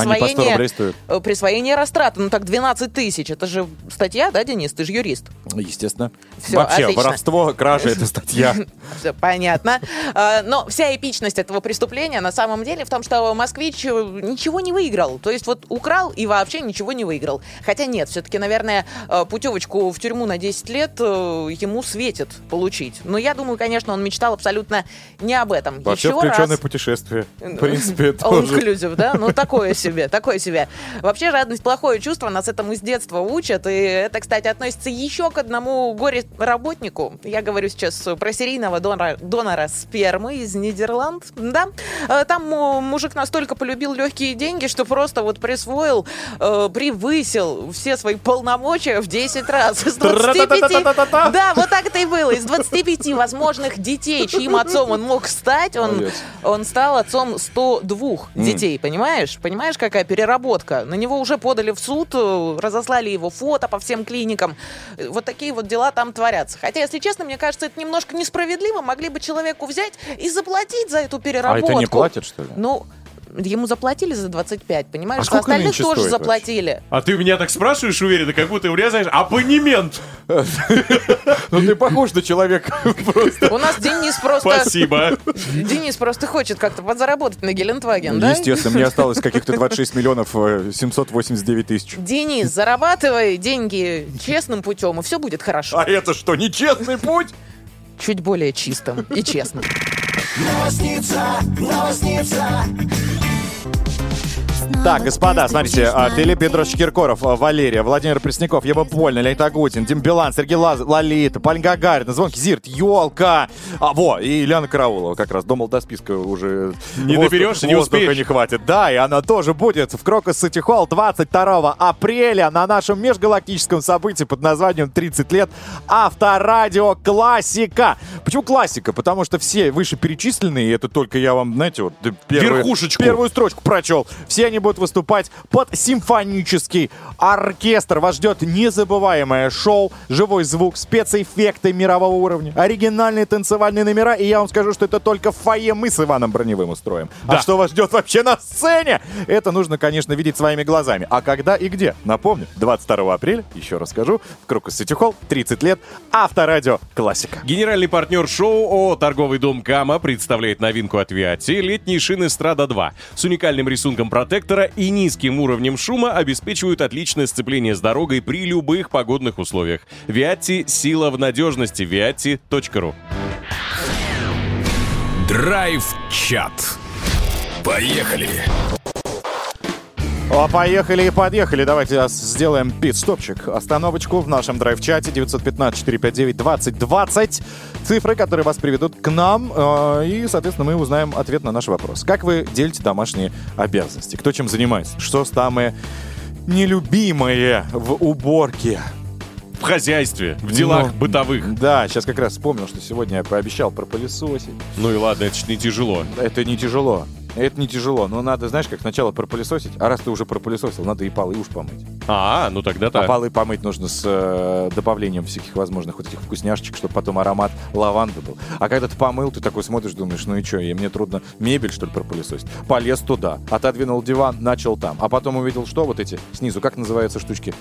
Присвоение растраты. Ну так 12 тысяч. Это же статья, да, Денис? Ты же юрист. Естественно. Все, вообще, отлично. воровство, кража — это статья. Все понятно. Но вся эпичность этого преступления на самом деле в том, что москвич ничего не выиграл. То есть вот украл и вообще ничего не выиграл. Хотя нет, все-таки, наверное, путевочку в тюрьму на 10 лет ему светит получить. Но я думаю, конечно, он мечтал абсолютно не об этом. Вообще включенное путешествие. В принципе, тоже. All-inclusive, да? Ну, такое себе. Вообще, жадность — плохое чувство, нас этому с детства учат, и это, кстати, относится еще к одному горе-работнику. Я говорю сейчас про серийного донора спермы из Нидерланд, да? Там мужик настолько полюбил легкие деньги, что просто вот превысил все свои полномочия в 10 раз. Из 25... Да, вот так это и было. Из 25 возможных детей, чьим отцом он мог стать, он стал отцом 102 детей, понимаешь? Понимаешь, какая переработка? На него уже подали в суд, разослали его фото по всем клиникам. Вот такие вот дела там творятся. Хотя, если честно, мне кажется, это немножко несправедливо. Могли бы человеку взять и заплатить за эту переработку. А это не платят, что ли? Ну, ему заплатили за 25, понимаешь? А сколько остальных нынче тоже стоит заплатили. А ты меня так спрашиваешь уверенно, как будто у меня, знаешь, абонемент. Ну ты похож на человека просто. У нас Денис просто... Спасибо. Денис просто хочет как-то подзаработать на Гелендваген, да? Естественно, мне осталось каких-то 26 миллионов 789 тысяч. Денис, зарабатывай деньги честным путем, и все будет хорошо. А это что, нечестный путь? Чуть более чистым и честным. Новосница. Так, господа, смотрите, Филипп Петрович Киркоров, Валерия, Владимир Пресняков, Ева Польна, Леонид Агутин, Дим Билан, Сергей Лолита, Полин Гагарина, Звонкий Зирт, Ёлка, и Ильяна Караулова, как раз, думал, до списка уже не доберешься, не успеешь. Не хватит. Да, и она тоже будет в Крокус Сити Холл 22 апреля на нашем межгалактическом событии под названием «30 лет Авторадио Классика». Почему классика? Потому что все вышеперечисленные, это только я вам, знаете, вот первую строчку прочел, все они будут выступать под симфонический оркестр. Вас ждет незабываемое шоу, живой звук, спецэффекты мирового уровня, оригинальные танцевальные номера. И я вам скажу, что это только в фойе мы с Иваном Броневым устроим. Да. А что вас ждет вообще на сцене? Это нужно, конечно, видеть своими глазами. А когда и где? Напомню, 22 апреля, еще раз скажу, в Крокус Сити Холл, 30 лет, Авторадио Классика. Генеральный партнер шоу ООО «Торговый дом Кама» представляет новинку от Виатти — летние шины Страда 2. С уникальным рисунком протектора и низким уровнем шума обеспечивают отличное сцепление с дорогой при любых погодных условиях. Виатти — сила в надежности. Viatti.ru. Драйв-чат. Поехали! Поехали и подъехали. Давайте сделаем пит-стопчик. Остановочку в нашем драйв-чате 915-459-2020. Цифры, которые вас приведут к нам. И, соответственно, мы узнаем ответ на наш вопрос. Как вы делите домашние обязанности? Кто чем занимается? Что самое нелюбимое в уборке? В хозяйстве, в делах бытовых. Да, сейчас как раз вспомнил, что сегодня я пообещал пропылесосить. Ну и ладно, это ж не тяжело. Это не тяжело. Это не тяжело, но надо, знаешь, как сначала пропылесосить, а раз ты уже пропылесосил, надо и полы уж помыть. Ну тогда так. А полы помыть нужно с добавлением всяких возможных вот этих вкусняшечек, чтобы потом аромат лаванды был. А когда ты помыл, ты такой смотришь, думаешь, ну и что, и мне трудно мебель, что ли, пропылесосить? Полез туда, отодвинул диван, начал там. А потом увидел, что вот эти снизу, как называются штучки?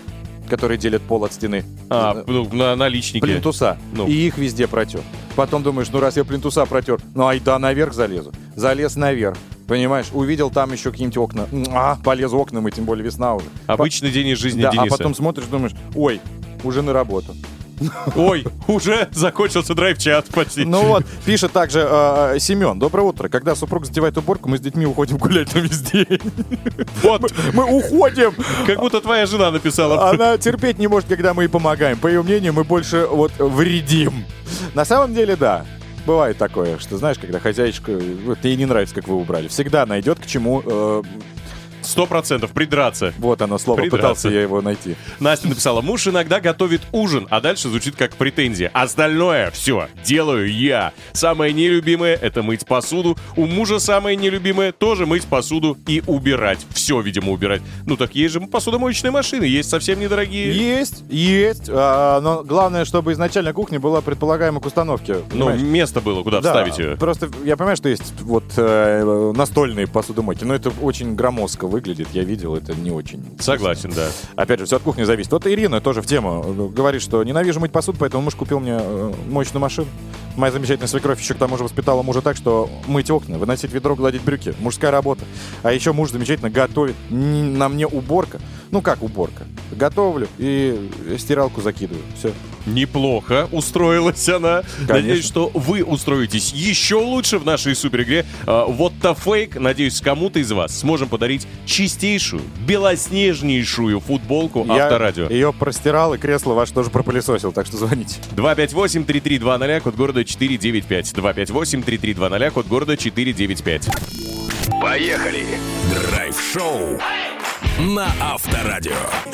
которые делят пол от стены. На наличнике. Плинтуса. И их везде протер. Потом думаешь, раз я плинтуса протер, айда наверх залезу. Залез наверх. Понимаешь, увидел там еще какие-нибудь окна. Полезу окна, мы тем более весна уже. Обычный день из жизни да, Дениса. А потом смотришь, думаешь, ой, уже на работу. Ой, уже закончился драйв-чат почти. Ну вот, пишет также Семен. Доброе утро. Когда супруг затевает уборку, мы с детьми уходим гулять на весь день. Вот, мы уходим. Как будто твоя жена написала. Она терпеть не может, когда мы ей помогаем. По ее мнению, мы больше вредим. На самом деле, да. Бывает такое, что, знаешь, когда хозяйка, ей не нравится, как вы убрали. Всегда найдет к чему... 100% придраться. Вот оно слово, пытался я его найти. Настя написала: муж иногда готовит ужин, а дальше звучит как претензия. Остальное все делаю я. Самое нелюбимое — это мыть посуду. У мужа самое нелюбимое — тоже мыть посуду и убирать. Все, видимо, убирать. Ну так есть же посудомоечные машины, есть совсем недорогие. Есть. Но главное, чтобы изначально кухня была предполагаема к установке. Ну, место было, куда вставить ее. Просто я понимаю, что есть настольные посудомойки, но это очень громоздко выглядит, я видел, это не очень. Согласен, да. Опять же, все от кухни зависит. Вот Ирина тоже в тему говорит, что ненавижу мыть посуду, поэтому муж купил мне моечную машину. Моя замечательная свекровь еще к тому же воспитала мужа так, что мыть окна, выносить ведро, гладить брюки. Мужская работа. А еще муж замечательно готовит. На мне уборка. Ну как уборка? Готовлю и стиралку закидываю. Все. Неплохо устроилась она. Конечно. Надеюсь, что вы устроитесь еще лучше в нашей суперигре. Вот-то фейк. Надеюсь, кому-то из вас сможем подарить чистейшую, белоснежнейшую футболку Авторадио. Я ее простирал, и кресло ваше тоже пропылесосил, так что звоните. 258-3320, код города 495. 258-3320, код города 495. Поехали! Драйв-шоу на Авторадио.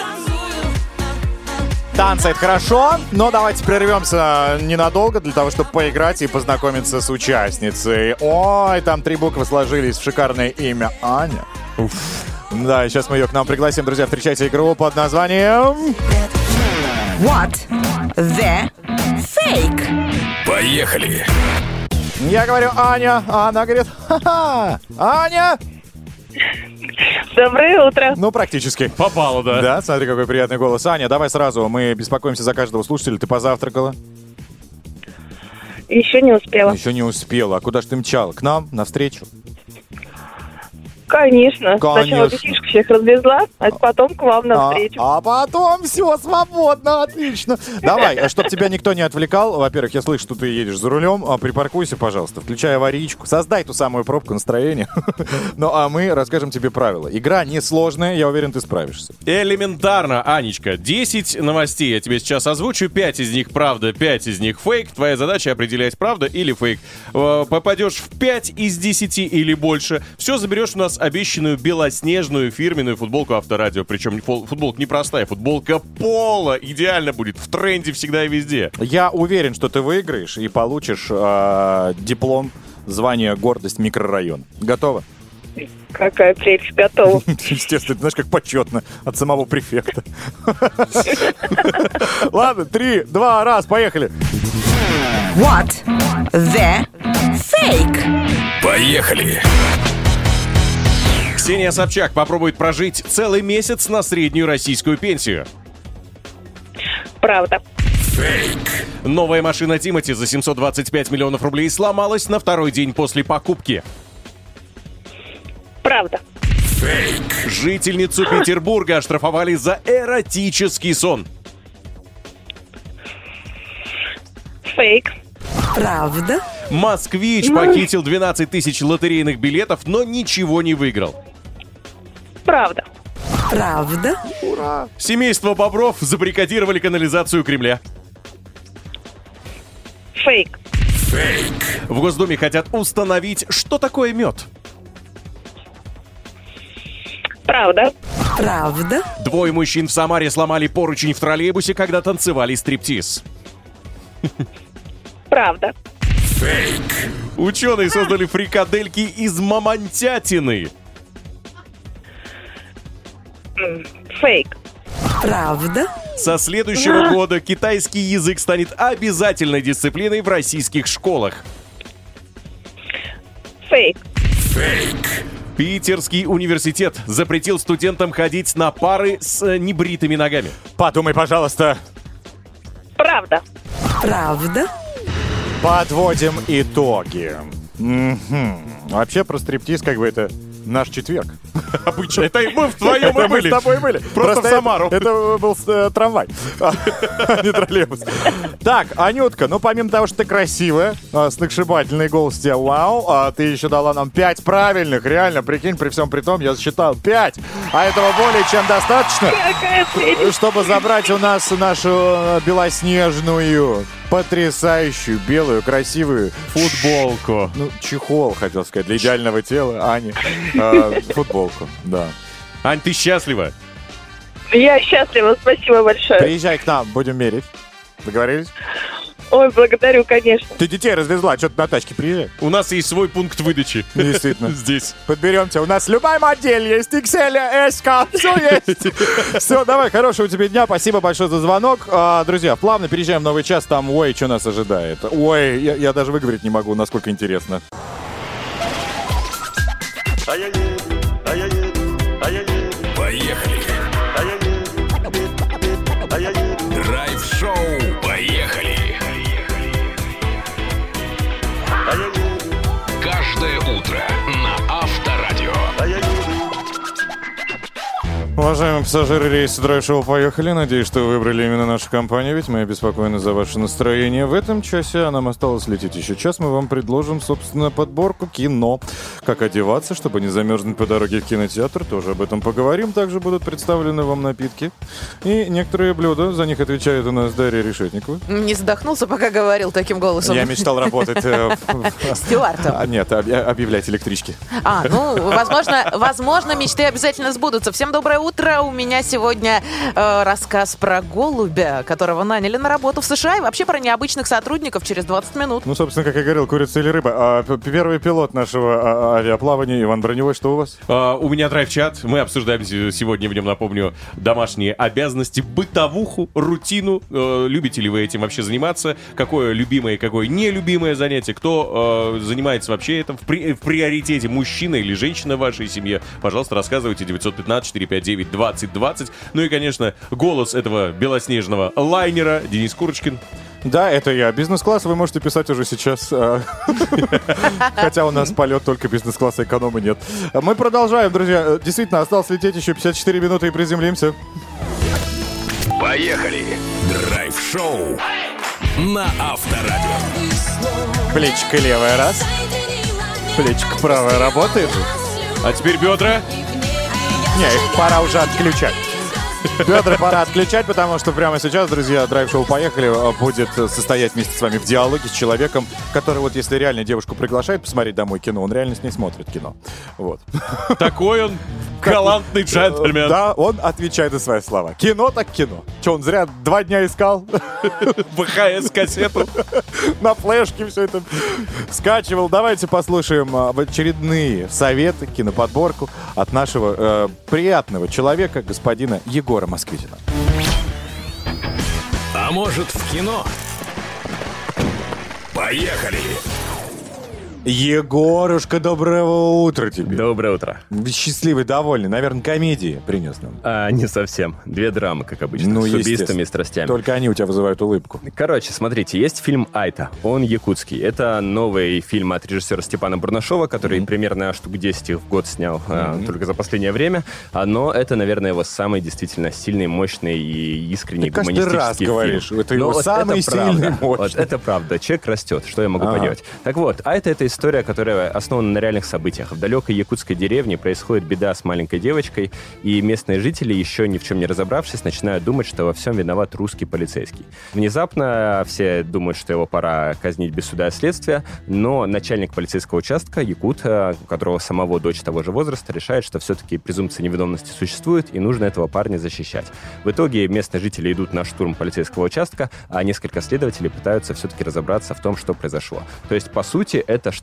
Танцы — это хорошо, но давайте прервемся ненадолго для того, чтобы поиграть и познакомиться с участницей. Ой, там 3 буквы сложились в шикарное имя Аня. Да, сейчас мы ее к нам пригласим. Друзья, встречайте игру под названием... What the fake? Поехали! Я говорю Аня, а она говорит ха-ха. Аня! Доброе утро. Ну, практически. Попало, да. Да, смотри, какой приятный голос. Аня, давай сразу, мы беспокоимся за каждого слушателя. Ты позавтракала? Еще не успела. Еще не успела. А куда ж ты мчала? К нам? Навстречу? Конечно. Сначала детишек всех развезла, а потом к вам навстречу. А потом все свободно, отлично. Давай, чтобы тебя никто не отвлекал, во-первых, я слышу, что ты едешь за рулем, припаркуйся, пожалуйста, включай аварийку, создай ту самую пробку настроения. Ну, а мы расскажем тебе правила. Игра несложная, я уверен, ты справишься. Элементарно, Анечка. 10 новостей я тебе сейчас озвучу. 5 из них правда, 5 из них фейк. Твоя задача определять, правда или фейк. Попадешь в 5 из 10 или больше, все, заберешь у нас обещанную белоснежную фирменную футболку Авторадио. Причем футболка не простая, футболка Поло. Идеально будет, в тренде всегда и везде. Я уверен, что ты выиграешь и получишь диплом звания «Гордость микрорайона». Готова? Какая прелесть, готова. Естественно, ты знаешь, как почетно от самого префекта. Ладно, 3, 2, 1, поехали. What the fake? Поехали! Ксения Собчак попробует прожить целый месяц на среднюю российскую пенсию. Правда. Фейк! Новая машина Тимати за 725 миллионов рублей сломалась на второй день после покупки. Правда. Фейк! Жительницу Петербурга оштрафовали за эротический сон. Фейк. Правда? Москвич похитил 12 тысяч лотерейных билетов, но ничего не выиграл. Правда. Правда? Семейство бобров забаррикадировали канализацию Кремля. Фейк. Фейк! В Госдуме хотят установить, что такое мед. Правда. Правда? 2 мужчин в Самаре сломали поручень в троллейбусе, когда танцевали стриптиз. Правда. Фейк! Ученые создали фрикадельки из мамонтятины. Фейк. Правда? Со следующего года китайский язык станет обязательной дисциплиной в российских школах. Фейк. Фейк! Питерский университет запретил студентам ходить на пары с небритыми ногами. Подумай, пожалуйста. Правда. Правда? Подводим итоги. Вообще про стриптиз как бы это наш четверг. Обычно. Это мы в твоем и Мы были. с тобой были. Просто в Самару. Это был трамвай, а не троллейбус. Так, Анютка, ну помимо того, что ты красивая, сногсшибательный голос у тебя, вау, ты еще дала нам 5 правильных. Реально, прикинь, при всем при том, я засчитал 5. А этого более чем достаточно, чтобы забрать у нас нашу белоснежную, потрясающую, белую, красивую Футболку. ну, чехол, хотел сказать, для идеального тела Ани. Футболку, да. Ань, ты счастлива? Я счастлива, спасибо большое. Приезжай к нам, будем мерить. Договорились? Ой, благодарю, конечно. Ты детей развезла, что ты на тачке приезжай. У нас есть свой пункт выдачи. Действительно. Здесь. Подберем тебя. У нас любая модель есть. XL, S, все есть. Все, давай, хорошего тебе дня. Спасибо большое за звонок. Друзья, плавно переезжаем в новый час. Там, ой, что нас ожидает. Ой, я даже выговорить не могу, насколько интересно. Поехали. Драйв-шоу. Поехали. Каждое утро на Авторадио. Уважаемые пассажиры рейса драйв-шоу «Поехали». Надеюсь, что вы выбрали именно нашу компанию, ведь мы обеспокоены за ваше настроение. В этом часе, а нам осталось лететь еще час, мы вам предложим, собственно, подборку кино. Как одеваться, чтобы не замерзнуть по дороге в кинотеатр, тоже об этом поговорим. Также будут представлены вам напитки и некоторые блюда. За них отвечает у нас Дарья Решетникова. Не задохнулся, пока говорил таким голосом. Я мечтал работать... Стюартом. Нет, объявлять электрички. Возможно, мечты обязательно сбудутся. Всем доброе утро. У меня сегодня рассказ про голубя, которого наняли на работу в США, и вообще про необычных сотрудников через 20 минут. Ну, собственно, как я говорил, курица или рыба. Первый пилот нашего авиаплавания, Иван Броневой, что у вас? У меня драйв-чат. Мы обсуждаем сегодня в нем, напомню, домашние обязанности, бытовуху, рутину. Любите ли вы этим вообще заниматься? Какое любимое и какое нелюбимое занятие? Кто занимается вообще этим? В приоритете мужчина или женщина в вашей семье? Пожалуйста, рассказывайте. 915-459-2020. Ну и, конечно, голос этого белоснежного лайнера Денис Курочкин. Да, это я. Бизнес-класс вы можете писать уже сейчас. Хотя у нас полет только бизнес-класса, эконома нет. Мы продолжаем, друзья. Действительно, осталось лететь еще 54 минуты и приземлимся. Поехали. Драйв-шоу на Авторадио. Плечико левое раз. Плечико правое работает. А теперь бедра. Не, их пора уже отключать. Бедра пора отключать, потому что прямо сейчас, друзья, драйв-шоу «Поехали» будет состоять вместе с вами в диалоге с человеком, который вот если реально девушку приглашает посмотреть домой кино, он реально с ней смотрит кино. Вот. Такой он галантный джентльмен. Да, он отвечает за свои слова. Кино так кино. Че, он зря 2 дня искал? ВХС-кассету. На флешке все это скачивал. Давайте послушаем очередные советы, киноподборку от нашего приятного человека, господина Егора Москвитина. А может, в кино? Поехали! Егорушка, доброго утра тебе. Доброе утро. Счастливый, довольный. Наверное, комедии принес нам. Не совсем. 2 драмы, как обычно, Ну, с убийствами и страстями. Только они у тебя вызывают улыбку. Короче, смотрите, есть фильм «Айта». Он якутский. Это новый фильм от режиссера Степана Бурнашова, который примерно штук 10 их в год снял только за последнее время. Но это, наверное, его самый действительно сильный, мощный и искренний Ты каждый раз гуманистический говоришь, фильм. это его самый сильный, мощный. Вот это правда. Человек растет. Что я могу поделать? Так вот, «Айта» — это история, которая основана на реальных событиях. В далекой якутской деревне происходит беда с маленькой девочкой, и местные жители, еще ни в чем не разобравшись, начинают думать, что во всем виноват русский полицейский. Внезапно все думают, что его пора казнить без суда и следствия, но начальник полицейского участка, якут, у которого самого дочь того же возраста, решает, что все-таки презумпция невиновности существует, и нужно этого парня защищать. В итоге местные жители идут на штурм полицейского участка, а несколько следователей пытаются все-таки разобраться в том, что произошло. То есть, по сути, это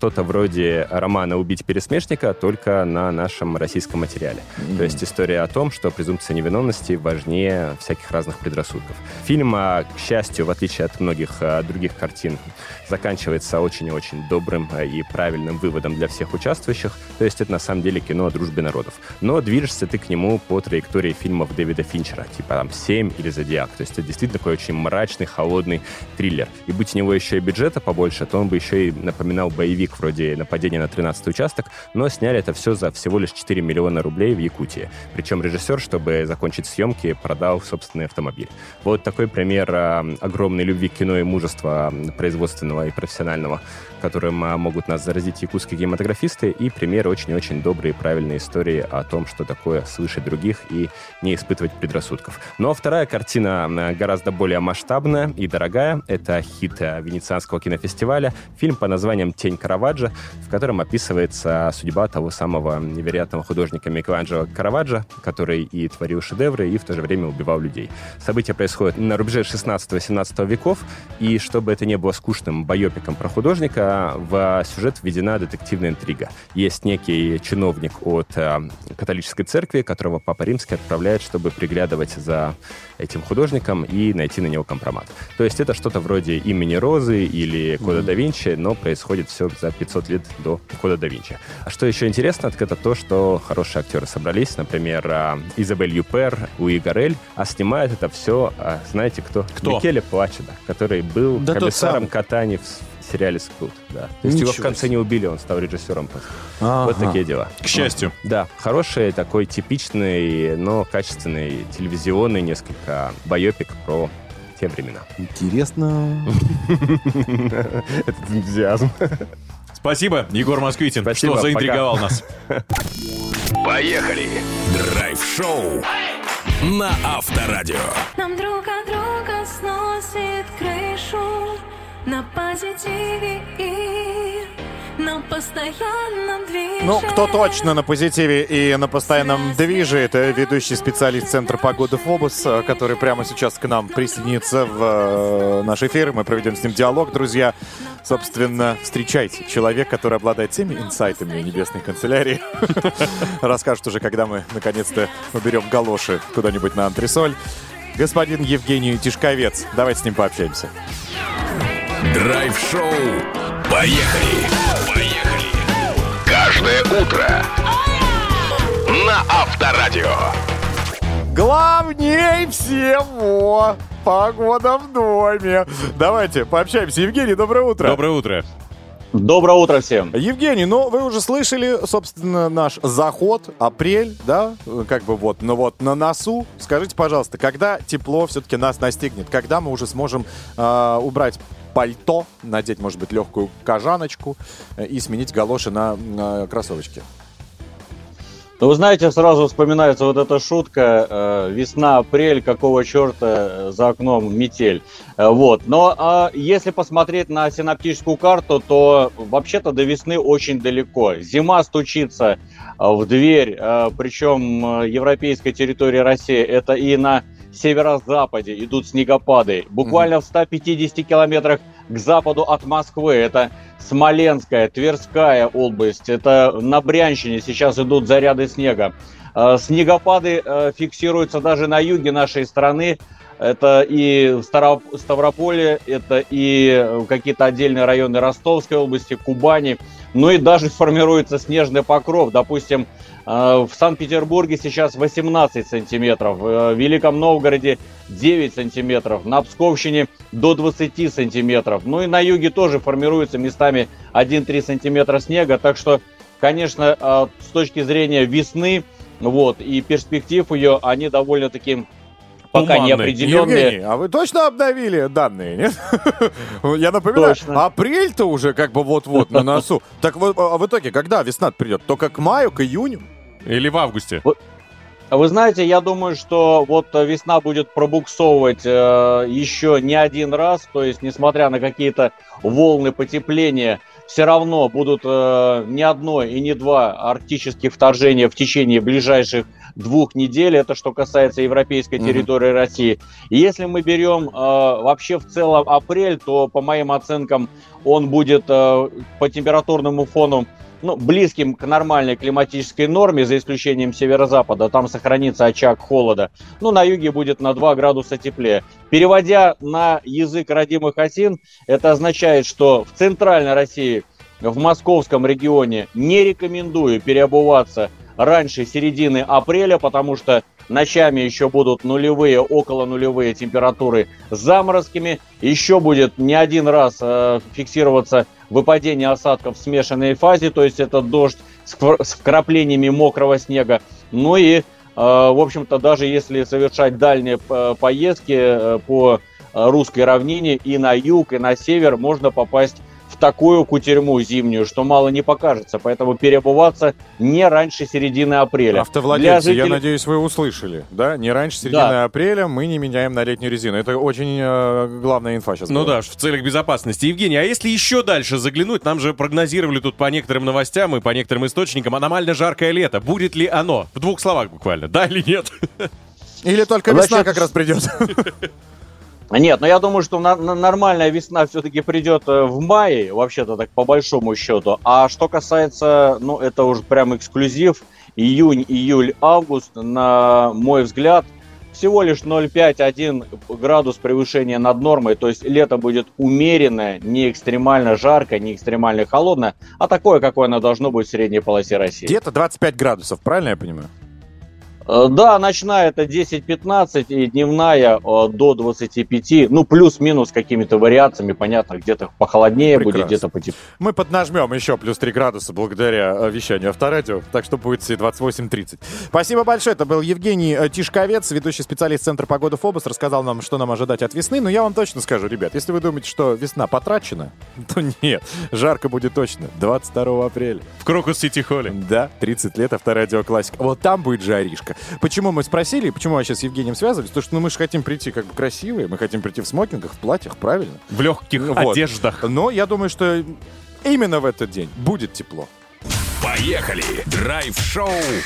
что-то вроде романа «Убить пересмешника», только на нашем российском материале. То есть история о том, что презумпция невиновности важнее всяких разных предрассудков. Фильм, к счастью, в отличие от многих других картин, заканчивается очень-очень добрым и правильным выводом для всех участвующих. То есть это на самом деле кино о дружбе народов. Но движешься ты к нему по траектории фильмов Дэвида Финчера, типа там «7» или «Зодиак». То есть это действительно такой очень мрачный, холодный триллер. И будь у него еще и бюджета побольше, то он бы еще и напоминал боевик вроде «Нападение на 13-й участок», но сняли это все за всего лишь 4 миллиона рублей в Якутии. Причем режиссер, чтобы закончить съемки, продал собственный автомобиль. Вот такой пример огромной любви к кино и мужества производственного и профессионального, которым могут нас заразить якутские кинематографисты, и пример очень-очень доброй и правильной истории о том, что такое слышать других и не испытывать предрассудков. Но вторая картина гораздо более масштабная и дорогая. Это хит Венецианского кинофестиваля, фильм по названием «Тень Караваджо», в котором описывается судьба того самого невероятного художника Микеланджело Караваджо, который и творил шедевры, и в то же время убивал людей. События происходят на рубеже 16-17 веков, и чтобы это не было скучным байопиком про художника, в сюжет введена детективная интрига. Есть некий чиновник от католической церкви, которого Папа Римский отправляет, чтобы приглядывать за этим художником и найти на него компромат. То есть это что-то вроде «Имени Розы» или «Кода да Винчи», но происходит все за 500 лет до «Кода да Винчи». А что еще интересно, так это то, что хорошие актеры собрались. Например, Изабель Юпер, Луи Гаррель. А снимает это все, знаете кто? Микеле Плачедо, который был комиссаром Катани в сериале «Скрут». Да. То есть его в конце не убили, он стал режиссером. Вот такие дела. К счастью. Да, хороший такой типичный, но качественный телевизионный несколько байопик про те времена. Интересно. Этот энтузиазм. Спасибо, Егор Москвитин, Спасибо, что заинтриговал нас. Поехали! Драйв-шоу на Авторадио. Нам друг от друга сносит крышу на позитиве и на постоянном движе. Ну, кто точно на позитиве и на постоянном движе, это ведущий специалист Центра погоды ФОБОС, который прямо сейчас к нам присоединится в наш эфир. Мы проведем с ним диалог, друзья. Собственно, встречайте. Человек, который обладает всеми инсайтами небесной канцелярии. Расскажет уже, когда мы наконец-то уберем галоши куда-нибудь на антресоль. Господин Евгений Тишковец. Давайте с ним пообщаемся. Драйв-шоу. Поехали! Поехали! Каждое утро на Авторадио. Главней всего погода в доме. Давайте пообщаемся. Евгений, доброе утро. Доброе утро. Доброе утро всем. Евгений, ну вы уже слышали, собственно, наш заход, апрель, да, как бы вот, но вот на носу. Скажите, пожалуйста, когда тепло все-таки нас настигнет? Когда мы уже сможем убрать пальто, надеть, может быть, легкую кожаночку и сменить галоши на кроссовочки? Ну, вы знаете, сразу вспоминается вот эта шутка «Весна, апрель, какого черта за окном метель». Вот. Но если посмотреть на синоптическую карту, то вообще-то до весны очень далеко. Зима стучится в дверь, причем европейская территория России, это и на северо-западе идут снегопады. Буквально в 150 километрах к западу от Москвы. Это Смоленская, Тверская область. Это на Брянщине сейчас идут заряды снега. Снегопады фиксируются даже на юге нашей страны. Это и Ставрополе, это и какие-то отдельные районы Ростовской области, Кубани. Ну и даже формируется снежный покров. Допустим, в Санкт-Петербурге сейчас 18 сантиметров, в Великом Новгороде 9 сантиметров, на Псковщине до 20 сантиметров. Ну и на юге тоже формируется местами 1-3 сантиметра снега. Так что, конечно, с точки зрения весны, вот, и перспектив ее, они довольно-таки пока неопределенные. Евгений, а вы точно обновили данные, нет? Я напоминаю, точно. Апрель-то уже как бы вот-вот на носу. Так вот, а в итоге, когда весна придет? Только к маю, к июню? Или в августе? Вы знаете, я думаю, что вот весна будет пробуксовывать еще не один раз. То есть, несмотря на какие-то волны потепления, все равно будут не одно и не два арктических вторжения в течение ближайших 2 недель. Это что касается европейской территории России. И если мы берем вообще в целом апрель, то, по моим оценкам, он будет по температурному фону близким к нормальной климатической норме, за исключением северо-запада. Там сохранится очаг холода. На юге будет на 2 градуса теплее. Переводя на язык родимых осин, это означает, что в центральной России, в московском регионе, не рекомендую переобуваться раньше середины апреля, потому что ночами еще будут нулевые, около нулевые температуры с заморозками. Еще будет не один раз фиксироваться выпадение осадков в смешанной фазе, то есть это дождь с вкраплениями мокрого снега. И, в общем-то, даже если совершать дальние поездки по русской равнине и на юг, и на север, можно попасть в такую кутерьму зимнюю, что мало не покажется. Поэтому переобуваться не раньше середины апреля. Автовладельцы, я надеюсь, вы услышали, да? Не раньше середины апреля мы не меняем на летнюю резину. Это очень главная инфа сейчас. Да, в целях безопасности. Евгений, а если еще дальше заглянуть, нам же прогнозировали тут по некоторым новостям и по некоторым источникам аномально жаркое лето. Будет ли оно? В 2 словах буквально. Да или нет? Или только весна как раз придет? Нет, я думаю, что нормальная весна все-таки придет в мае, вообще-то так по большому счету. А что касается, это уже прям эксклюзив, июнь, июль, август, на мой взгляд, всего лишь 0,5-1 градус превышения над нормой. То есть лето будет умеренное, не экстремально жаркое, не экстремально холодное, а такое, какое оно должно быть в средней полосе России. Где-то 25 градусов, правильно я понимаю? Да, ночная это 10-15 и дневная до 25, плюс-минус какими-то вариациями, понятно, где-то похолоднее будет, где-то потеплее. Мы поднажмем еще плюс 3 градуса благодаря вещанию Авторадио, так что будет 28-30. Спасибо большое, это был Евгений Тишковец, ведущий специалист Центра погоды ФОБОС, рассказал нам, что нам ожидать от весны, но я вам точно скажу, ребят, если вы думаете, что весна потрачена, то нет, жарко будет точно 22 апреля. В Крокус-Сити-Холле. Да, 30 лет Авторадио Классик. Вот там будет жаришка. Почему мы спросили, почему я сейчас с Евгением связывались? Потому что мы же хотим прийти как бы красивые, мы хотим прийти в смокингах, в платьях, правильно? В легких одеждах. Но я думаю, что именно в этот день будет тепло. Поехали! Драйв-шоу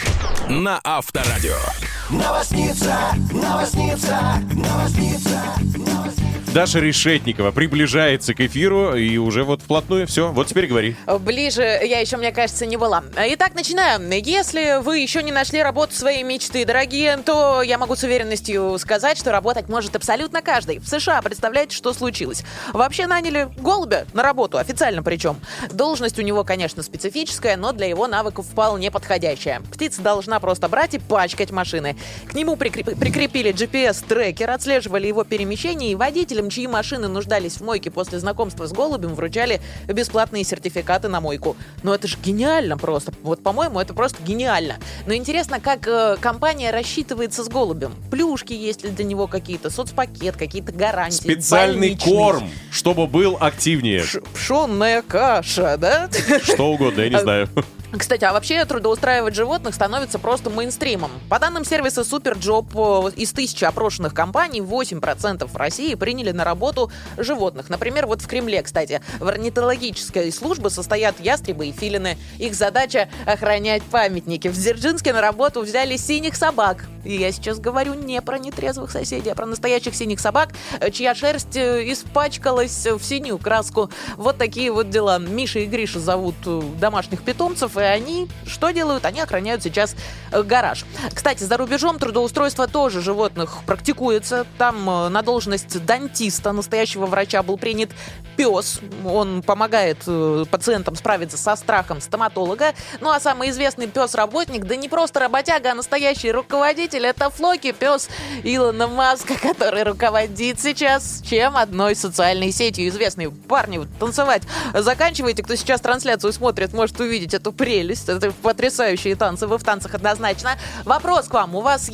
на Авторадио. Новосница, новосница, новосница, новосница. Даша Решетникова приближается к эфиру и уже вот вплотную. Все, вот теперь говори. Ближе я еще, мне кажется, не была. Итак, начинаем. Если вы еще не нашли работу своей мечты, дорогие, то я могу с уверенностью сказать, что работать может абсолютно каждый. В США, представляете, что случилось? Вообще наняли голубя на работу, официально причем. Должность у него, конечно, специфическая, но для его навыков вполне подходящая. Птица должна просто брать и пачкать машины. К нему прикрепили GPS-трекер, отслеживали его перемещения, и водителям, чьи машины нуждались в мойке после знакомства с голубем, вручали бесплатные сертификаты на мойку. Но это же гениально просто. Вот, по-моему, это просто гениально. Но интересно, как компания рассчитывается с голубем. Плюшки есть ли для него какие-то, соцпакет, какие-то гарантии. Специальный больничный корм, чтобы был активнее. Пшенная каша, да? Что угодно, я не знаю. Кстати, а вообще трудоустраивать животных становится просто мейнстримом. По данным сервиса Superjob, из 1000 опрошенных компаний 8% в России приняли на работу животных. Например, вот в Кремле, кстати, в орнитологической службе состоят ястребы и филины. Их задача — охранять памятники. В Дзержинске на работу взяли синих собак. И я сейчас говорю не про нетрезвых соседей, а про настоящих синих собак, чья шерсть испачкалась в синюю краску. Вот такие вот дела. Миша и Гриша зовут домашних питомцев, и они что делают? Они охраняют сейчас гараж. Кстати, за рубежом трудоустройство тоже животных практикуется. Там на должность дантиста, настоящего врача, был принят пес. Он помогает пациентам справиться со страхом стоматолога. Ну а самый известный пес-работник, да не просто работяга, а настоящий руководитель, это Флоки, пес Илона Маска, который руководит сейчас одной социальной сетью. Известные парни, вот, танцевать заканчиваете. Кто сейчас трансляцию смотрит, может увидеть эту прелесть. Это потрясающие танцы. Вы в танцах однозначно. Вопрос к вам. У вас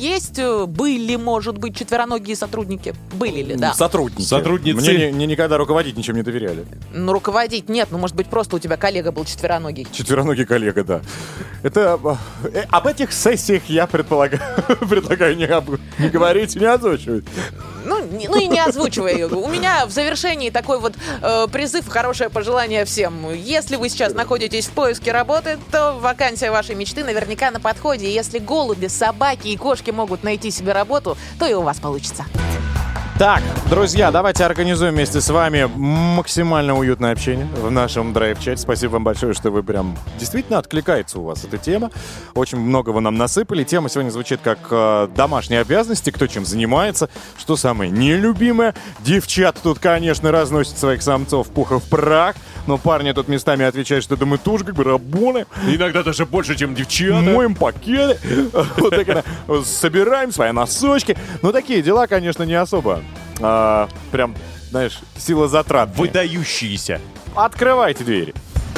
были, может быть, четвероногие сотрудники? Были ли, да? Сотрудницы. Мне никогда руководить ничем не доверяли. Ну, руководить нет. Ну, может быть, просто у тебя коллега был четвероногий. Четвероногий коллега, да. Это... Об этих сессиях я предлагаю не говорить, не озвучивать. Ну, и не озвучивай. У меня в завершении такой вот призыв, хорошее пожелание всем. Если вы сейчас находитесь в поиске работы, то вакансия вашей мечты наверняка на подходе. И если голуби, собаки и кошки могут найти себе работу, то и у вас получится. Так, друзья, давайте организуем вместе с вами максимально уютное общение в нашем драйв-чате. Спасибо вам большое, что вы прям действительно откликается у вас эта тема. Очень много вы нам насыпали. Тема сегодня звучит как домашние обязанности, кто чем занимается, что самое нелюбимое. Девчата тут, конечно, разносят своих самцов в пух и в прах. Но парни тут местами отвечают, что это мы тоже как бы работаем. Иногда даже больше, чем девчата. Моем пакеты. Вот так, собираем свои носочки. Но такие дела, конечно, не особо. Прям, знаешь, сила затрат. Выдающиеся. Открывайте двери.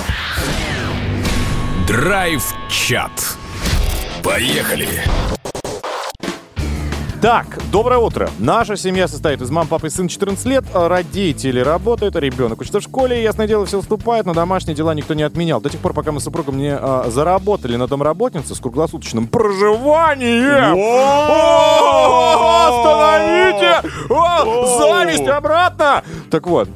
Драйв-чат. Поехали. Так, доброе утро. Наша семья состоит из мам, папы и сын 14 лет. Родители работают, ребенок учится в школе. Ясное дело, все уступает, но домашние дела никто не отменял. До тех пор, пока мы с супругом не заработали на домработнице с круглосуточным проживанием. Остановите! Зависть обратно! Так вот,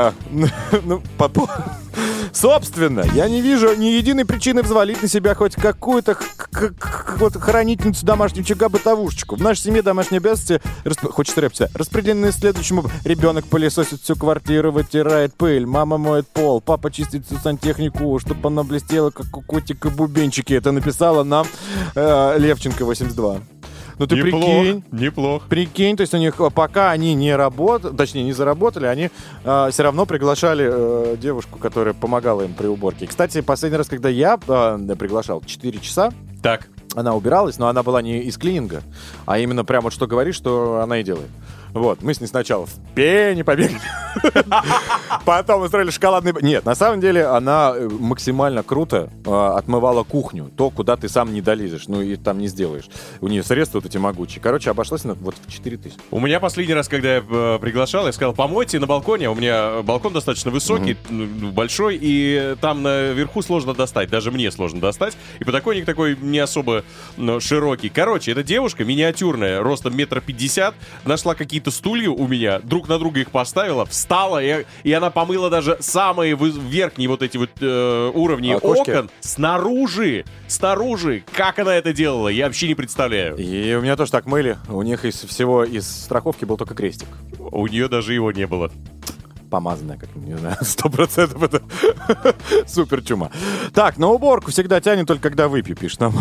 собственно, я не вижу ни единой причины взвалить на себя хоть какую-то хранительницу домашнего очага-бытовушечку. В нашей семье домашние обязанности, хочется рэпиться, распределены следующим образом. Ребенок пылесосит всю квартиру, вытирает пыль, мама моет пол, папа чистит всю сантехнику, чтобы она блестела, как у котика бубенчики. Это написала нам Левченко 82. Ну ты прикинь. Неплохо. Прикинь, то есть у них пока они не работали, точнее не заработали, они все равно приглашали девушку, которая помогала им при уборке. Кстати, последний раз, когда я приглашал, 4 часа. Так. Она убиралась, но она была не из клининга, а именно прямо вот что говоришь, что она и делает. Вот, мы с ней сначала в пене побегали, потом устроили шоколадный... Нет, на самом деле она максимально круто отмывала кухню, то, куда ты сам не долезешь, ну и там не сделаешь. У нее средства вот эти могучие. Короче, обошлась на вот в 4000. У меня последний раз, когда я приглашал, я сказал, помойте на балконе. У меня балкон достаточно высокий, большой, и там наверху сложно достать, даже мне сложно достать. И подоконник такой не особо широкий. Короче, эта девушка миниатюрная, ростом 1,50 м, нашла какие-то стулья у меня, друг на друга их поставила, встала, и она помыла даже самые верхние вот эти вот уровни окон снаружи. Как она это делала, я вообще не представляю. И у меня тоже так мыли. У них из всего из страховки был только крестик. У нее даже его не было. Помазанная, как не знаю, 100% это супер чума. Так, на уборку всегда тянет только когда выпью, пишет нам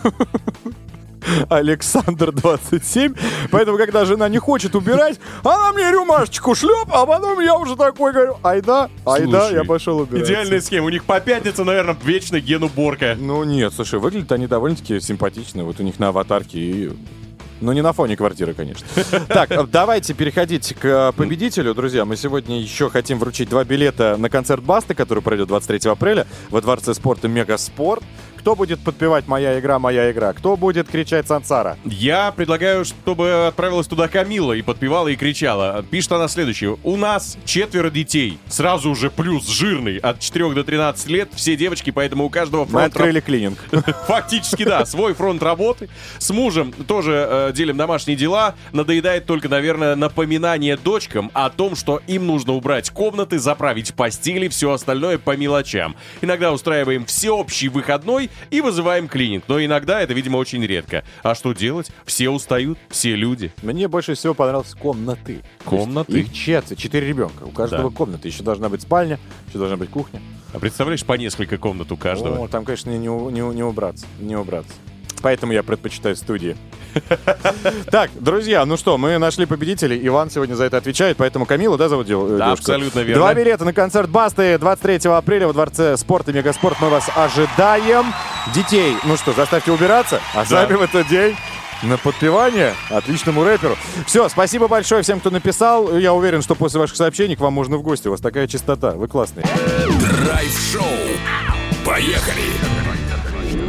Александр 27. Поэтому, когда жена не хочет убирать, она мне рюмашечку шлеп, а потом я уже такой говорю, айда, я пошел убирать. Идеальная схема. У них по пятницам, наверное, вечно ген-уборка. Ну нет, слушай, выглядят они довольно-таки симпатично. Вот у них на аватарке и... Ну, не на фоне квартиры, конечно. Так, давайте переходить к победителю, друзья. Мы сегодня еще хотим вручить 2 билета на концерт Басты, который пройдет 23 апреля во Дворце спорта Мегаспорт. Кто будет подпевать «Моя игра, моя игра»? Кто будет кричать «Сансара»? Я предлагаю, чтобы отправилась туда Камила и подпевала, и кричала. Пишет она следующее. У нас 4 детей. Сразу уже плюс жирный. От 4 до 13 лет. Все девочки, поэтому у каждого фронт... Мы открыли клининг. Фактически, да. Свой фронт работы. С мужем тоже делим домашние дела. Надоедает только, наверное, напоминание дочкам о том, что им нужно убрать комнаты, заправить постели, все остальное по мелочам. Иногда устраиваем всеобщий выходной и вызываем клининг. Но иногда это, видимо, очень редко. А что делать? Все устают, все люди. Мне больше всего понравились комнаты. Комнаты? Их 4 ребенка. У каждого комната. Еще должна быть спальня, еще должна быть кухня. А представляешь, по несколько комнат у каждого? О, там, конечно, не убраться. Поэтому я предпочитаю студии. Так, друзья, ну что, мы нашли победителей. Иван сегодня за это отвечает, поэтому Камила, да, зовут девушку? Да, абсолютно верно. 2 билета на концерт Басты 23 апреля во Дворце спорта Мегаспорт. Мы вас ожидаем. Детей, ну что, заставьте убираться, а сами в этот день на подпевание отличному рэперу. Все, спасибо большое всем, кто написал. Я уверен, что после ваших сообщений к вам можно в гости. У вас такая чистота, вы классные. Драйв-шоу. Поехали!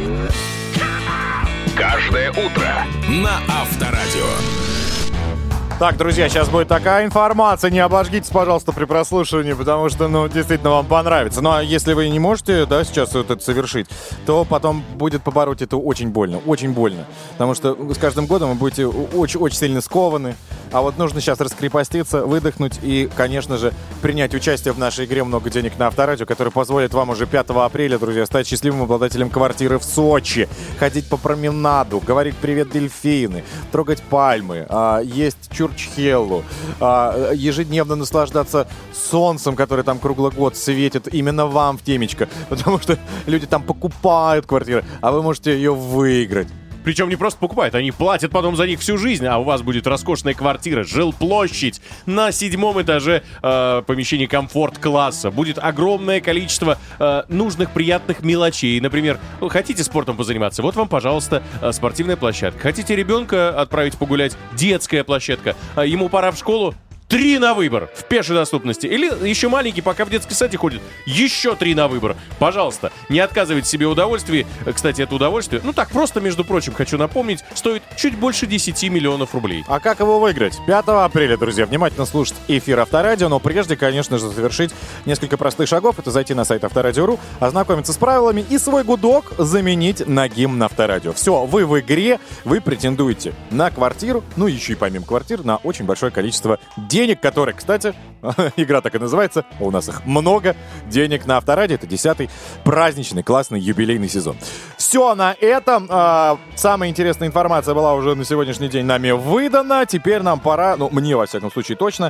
Каждое утро на Авторадио. Так, друзья, сейчас будет такая информация. Не обожгитесь, пожалуйста, при прослушивании, потому что, действительно вам понравится. Ну, а если вы не можете, да, сейчас вот это совершить, то потом будет побороть это очень больно. Очень больно. Потому что с каждым годом вы будете очень сильно скованы. А вот нужно сейчас раскрепоститься, выдохнуть и, конечно же, принять участие в нашей игре «Много денег на Авторадио», которая позволит вам уже 5 апреля, друзья, стать счастливым обладателем квартиры в Сочи, ходить по променаду, говорить «Привет, дельфины», трогать пальмы, есть чурчхеллу, ежедневно наслаждаться солнцем, которое там круглый год светит именно вам в темечко, потому что люди там покупают квартиры, а вы можете ее выиграть. Причем не просто покупают, они платят потом за них всю жизнь, а у вас будет роскошная квартира, жилплощадь на 7 этаже помещения комфорт-класса. Будет огромное количество нужных, приятных мелочей. Например, хотите спортом позаниматься? Вот вам, пожалуйста, спортивная площадка. Хотите ребенка отправить погулять? Детская площадка. Ему пора в школу? 3 на выбор в пешей доступности. Или еще маленький, пока в детской саде ходит, еще 3 на выбор. Пожалуйста, не отказывайте себе в удовольствии. Кстати, это удовольствие, так просто, между прочим, хочу напомнить, стоит чуть больше 10 миллионов рублей. А как его выиграть? 5 апреля, друзья, внимательно слушать эфир Авторадио, но прежде, конечно же, совершить несколько простых шагов. Это зайти на сайт Авторадио.ру, ознакомиться с правилами и свой гудок заменить на гимн Авторадио. Все, вы в игре, вы претендуете на квартиру, еще и помимо квартир, на очень большое количество денег, которые, кстати, игра так и называется, у нас их много, денег на Авторадио, это 10-й праздничный, классный, юбилейный сезон. Все на этом. Самая интересная информация была уже на сегодняшний день нами выдана. Теперь нам пора, мне, во всяком случае, точно,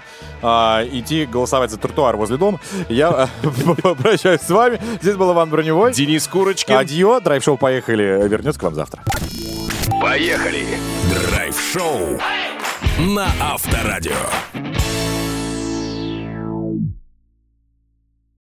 идти голосовать за тротуар возле дома. Я прощаюсь с вами. Здесь был Иван Броневой. Денис Курочкин. Адьё. Драйв-шоу «Поехали» вернется к вам завтра. Поехали! Драйв-шоу на Авторадио.